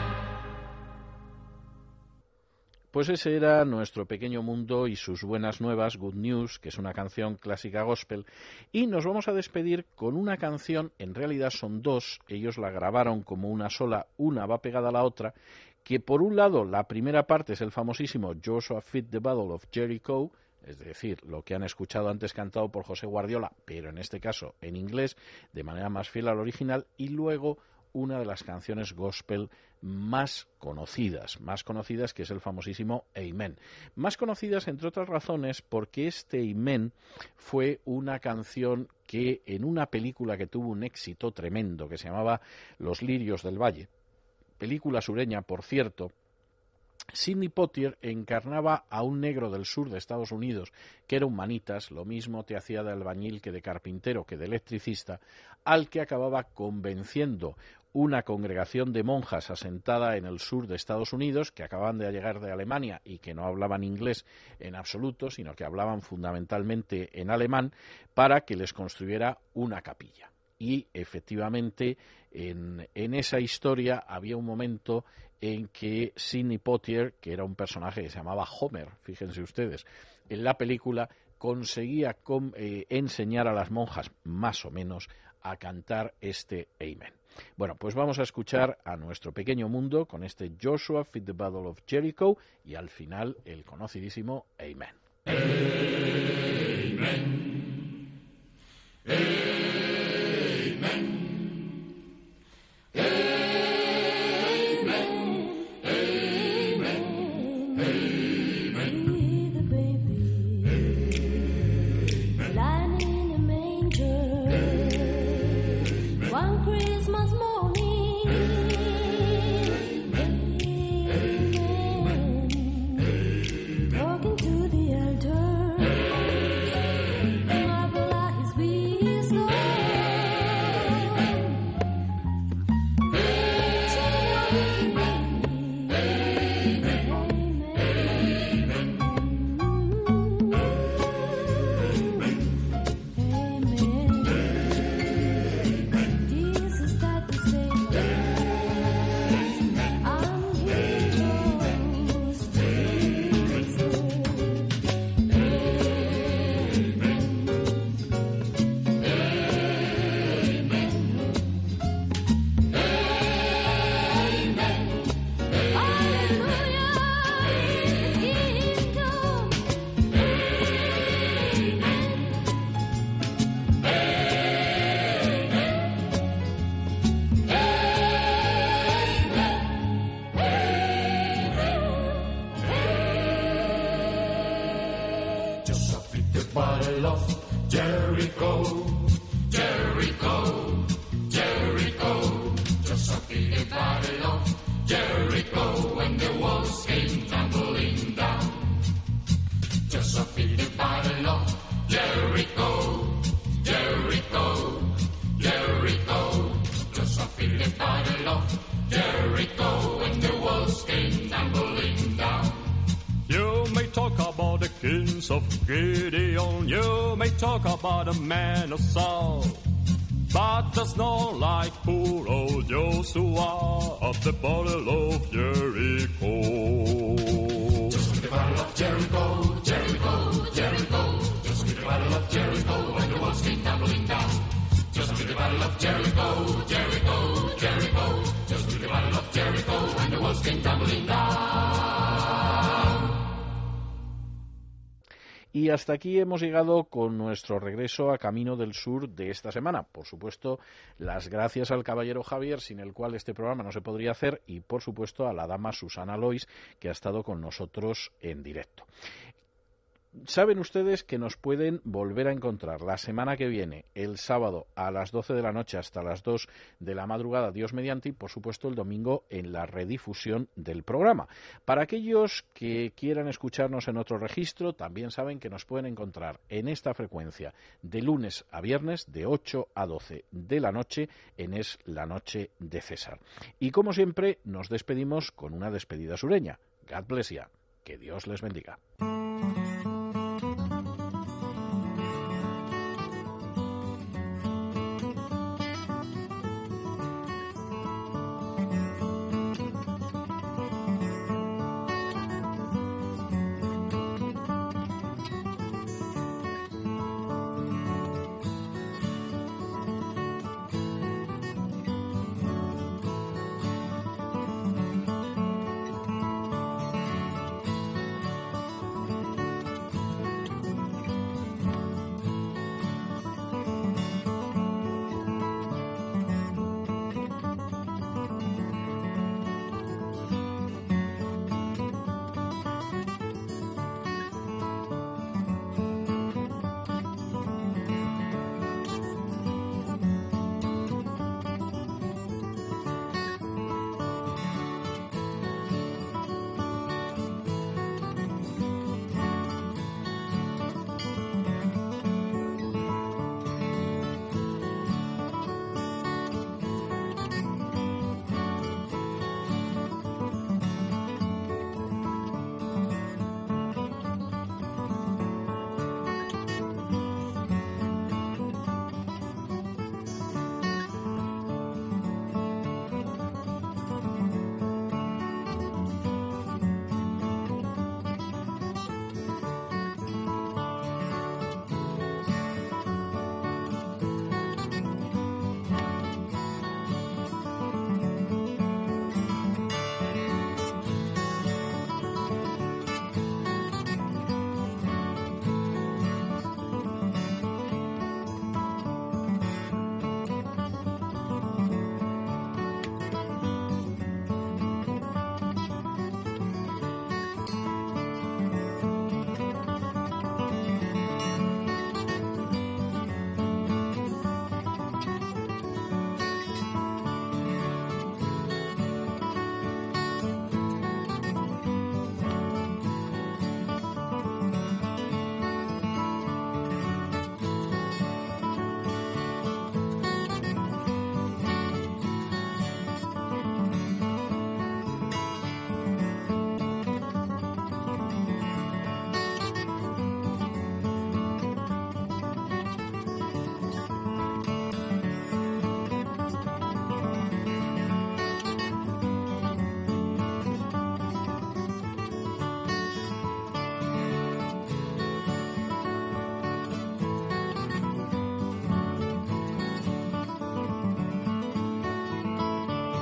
Pues ese era Nuestro Pequeño Mundo y sus buenas nuevas, Good News, que es una canción clásica gospel. Y nos vamos a despedir con una canción, en realidad son dos, ellos la grabaron como una sola, una va pegada a la otra, que por un lado la primera parte es el famosísimo Joshua Fit the Battle of Jericho, es decir, lo que han escuchado antes cantado por José Guardiola, pero en este caso en inglés, de manera más fiel al original, y luego una de las canciones gospel más conocidas, que es el famosísimo Amen. Más conocidas, entre otras razones, porque este Amen fue una canción que en una película que tuvo un éxito tremendo, que se llamaba Los Lirios del Valle, película sureña, por cierto, Sidney Poitier encarnaba a un negro del sur de Estados Unidos que era un manitas, lo mismo te hacía de albañil que de carpintero que de electricista, al que acababa convenciendo una congregación de monjas asentada en el sur de Estados Unidos que acababan de llegar de Alemania y que no hablaban inglés en absoluto, sino que hablaban fundamentalmente en alemán, para que les construyera una capilla. Y efectivamente en esa historia había un momento en que Sidney Poitier, que era un personaje que se llamaba Homer, fíjense ustedes, en la película conseguía enseñar a las monjas más o menos a cantar este Amen. Bueno, pues vamos a escuchar a Nuestro Pequeño Mundo con este Joshua Fit the Battle of Jericho y al final el conocidísimo Amen. Amen. Amen. Of Gideon, you may talk about a man of Saul, but there's no like poor old Joshua of the Battle of Jericho. Just the Battle of Jericho, Jericho, Jericho. Just the Battle of Jericho, and the walls came tumbling down. Just the Battle of Jericho, Jericho, Jericho. Just the Battle of Jericho, and the walls came tumbling down. Y hasta aquí hemos llegado con nuestro regreso a Camino del Sur de esta semana. Por supuesto, las gracias al caballero Javier, sin el cual este programa no se podría hacer, y por supuesto a la dama Susana Lois, que ha estado con nosotros en directo. Saben ustedes que nos pueden volver a encontrar la semana que viene, el sábado a las 12 de la noche hasta las 2 de la madrugada, Dios mediante, y por supuesto el domingo en la redifusión del programa. Para aquellos que quieran escucharnos en otro registro, también saben que nos pueden encontrar en esta frecuencia de lunes a viernes de 8 a 12 de la noche en Es la Noche de César. Y como siempre, nos despedimos con una despedida sureña. God bless you. Que Dios les bendiga.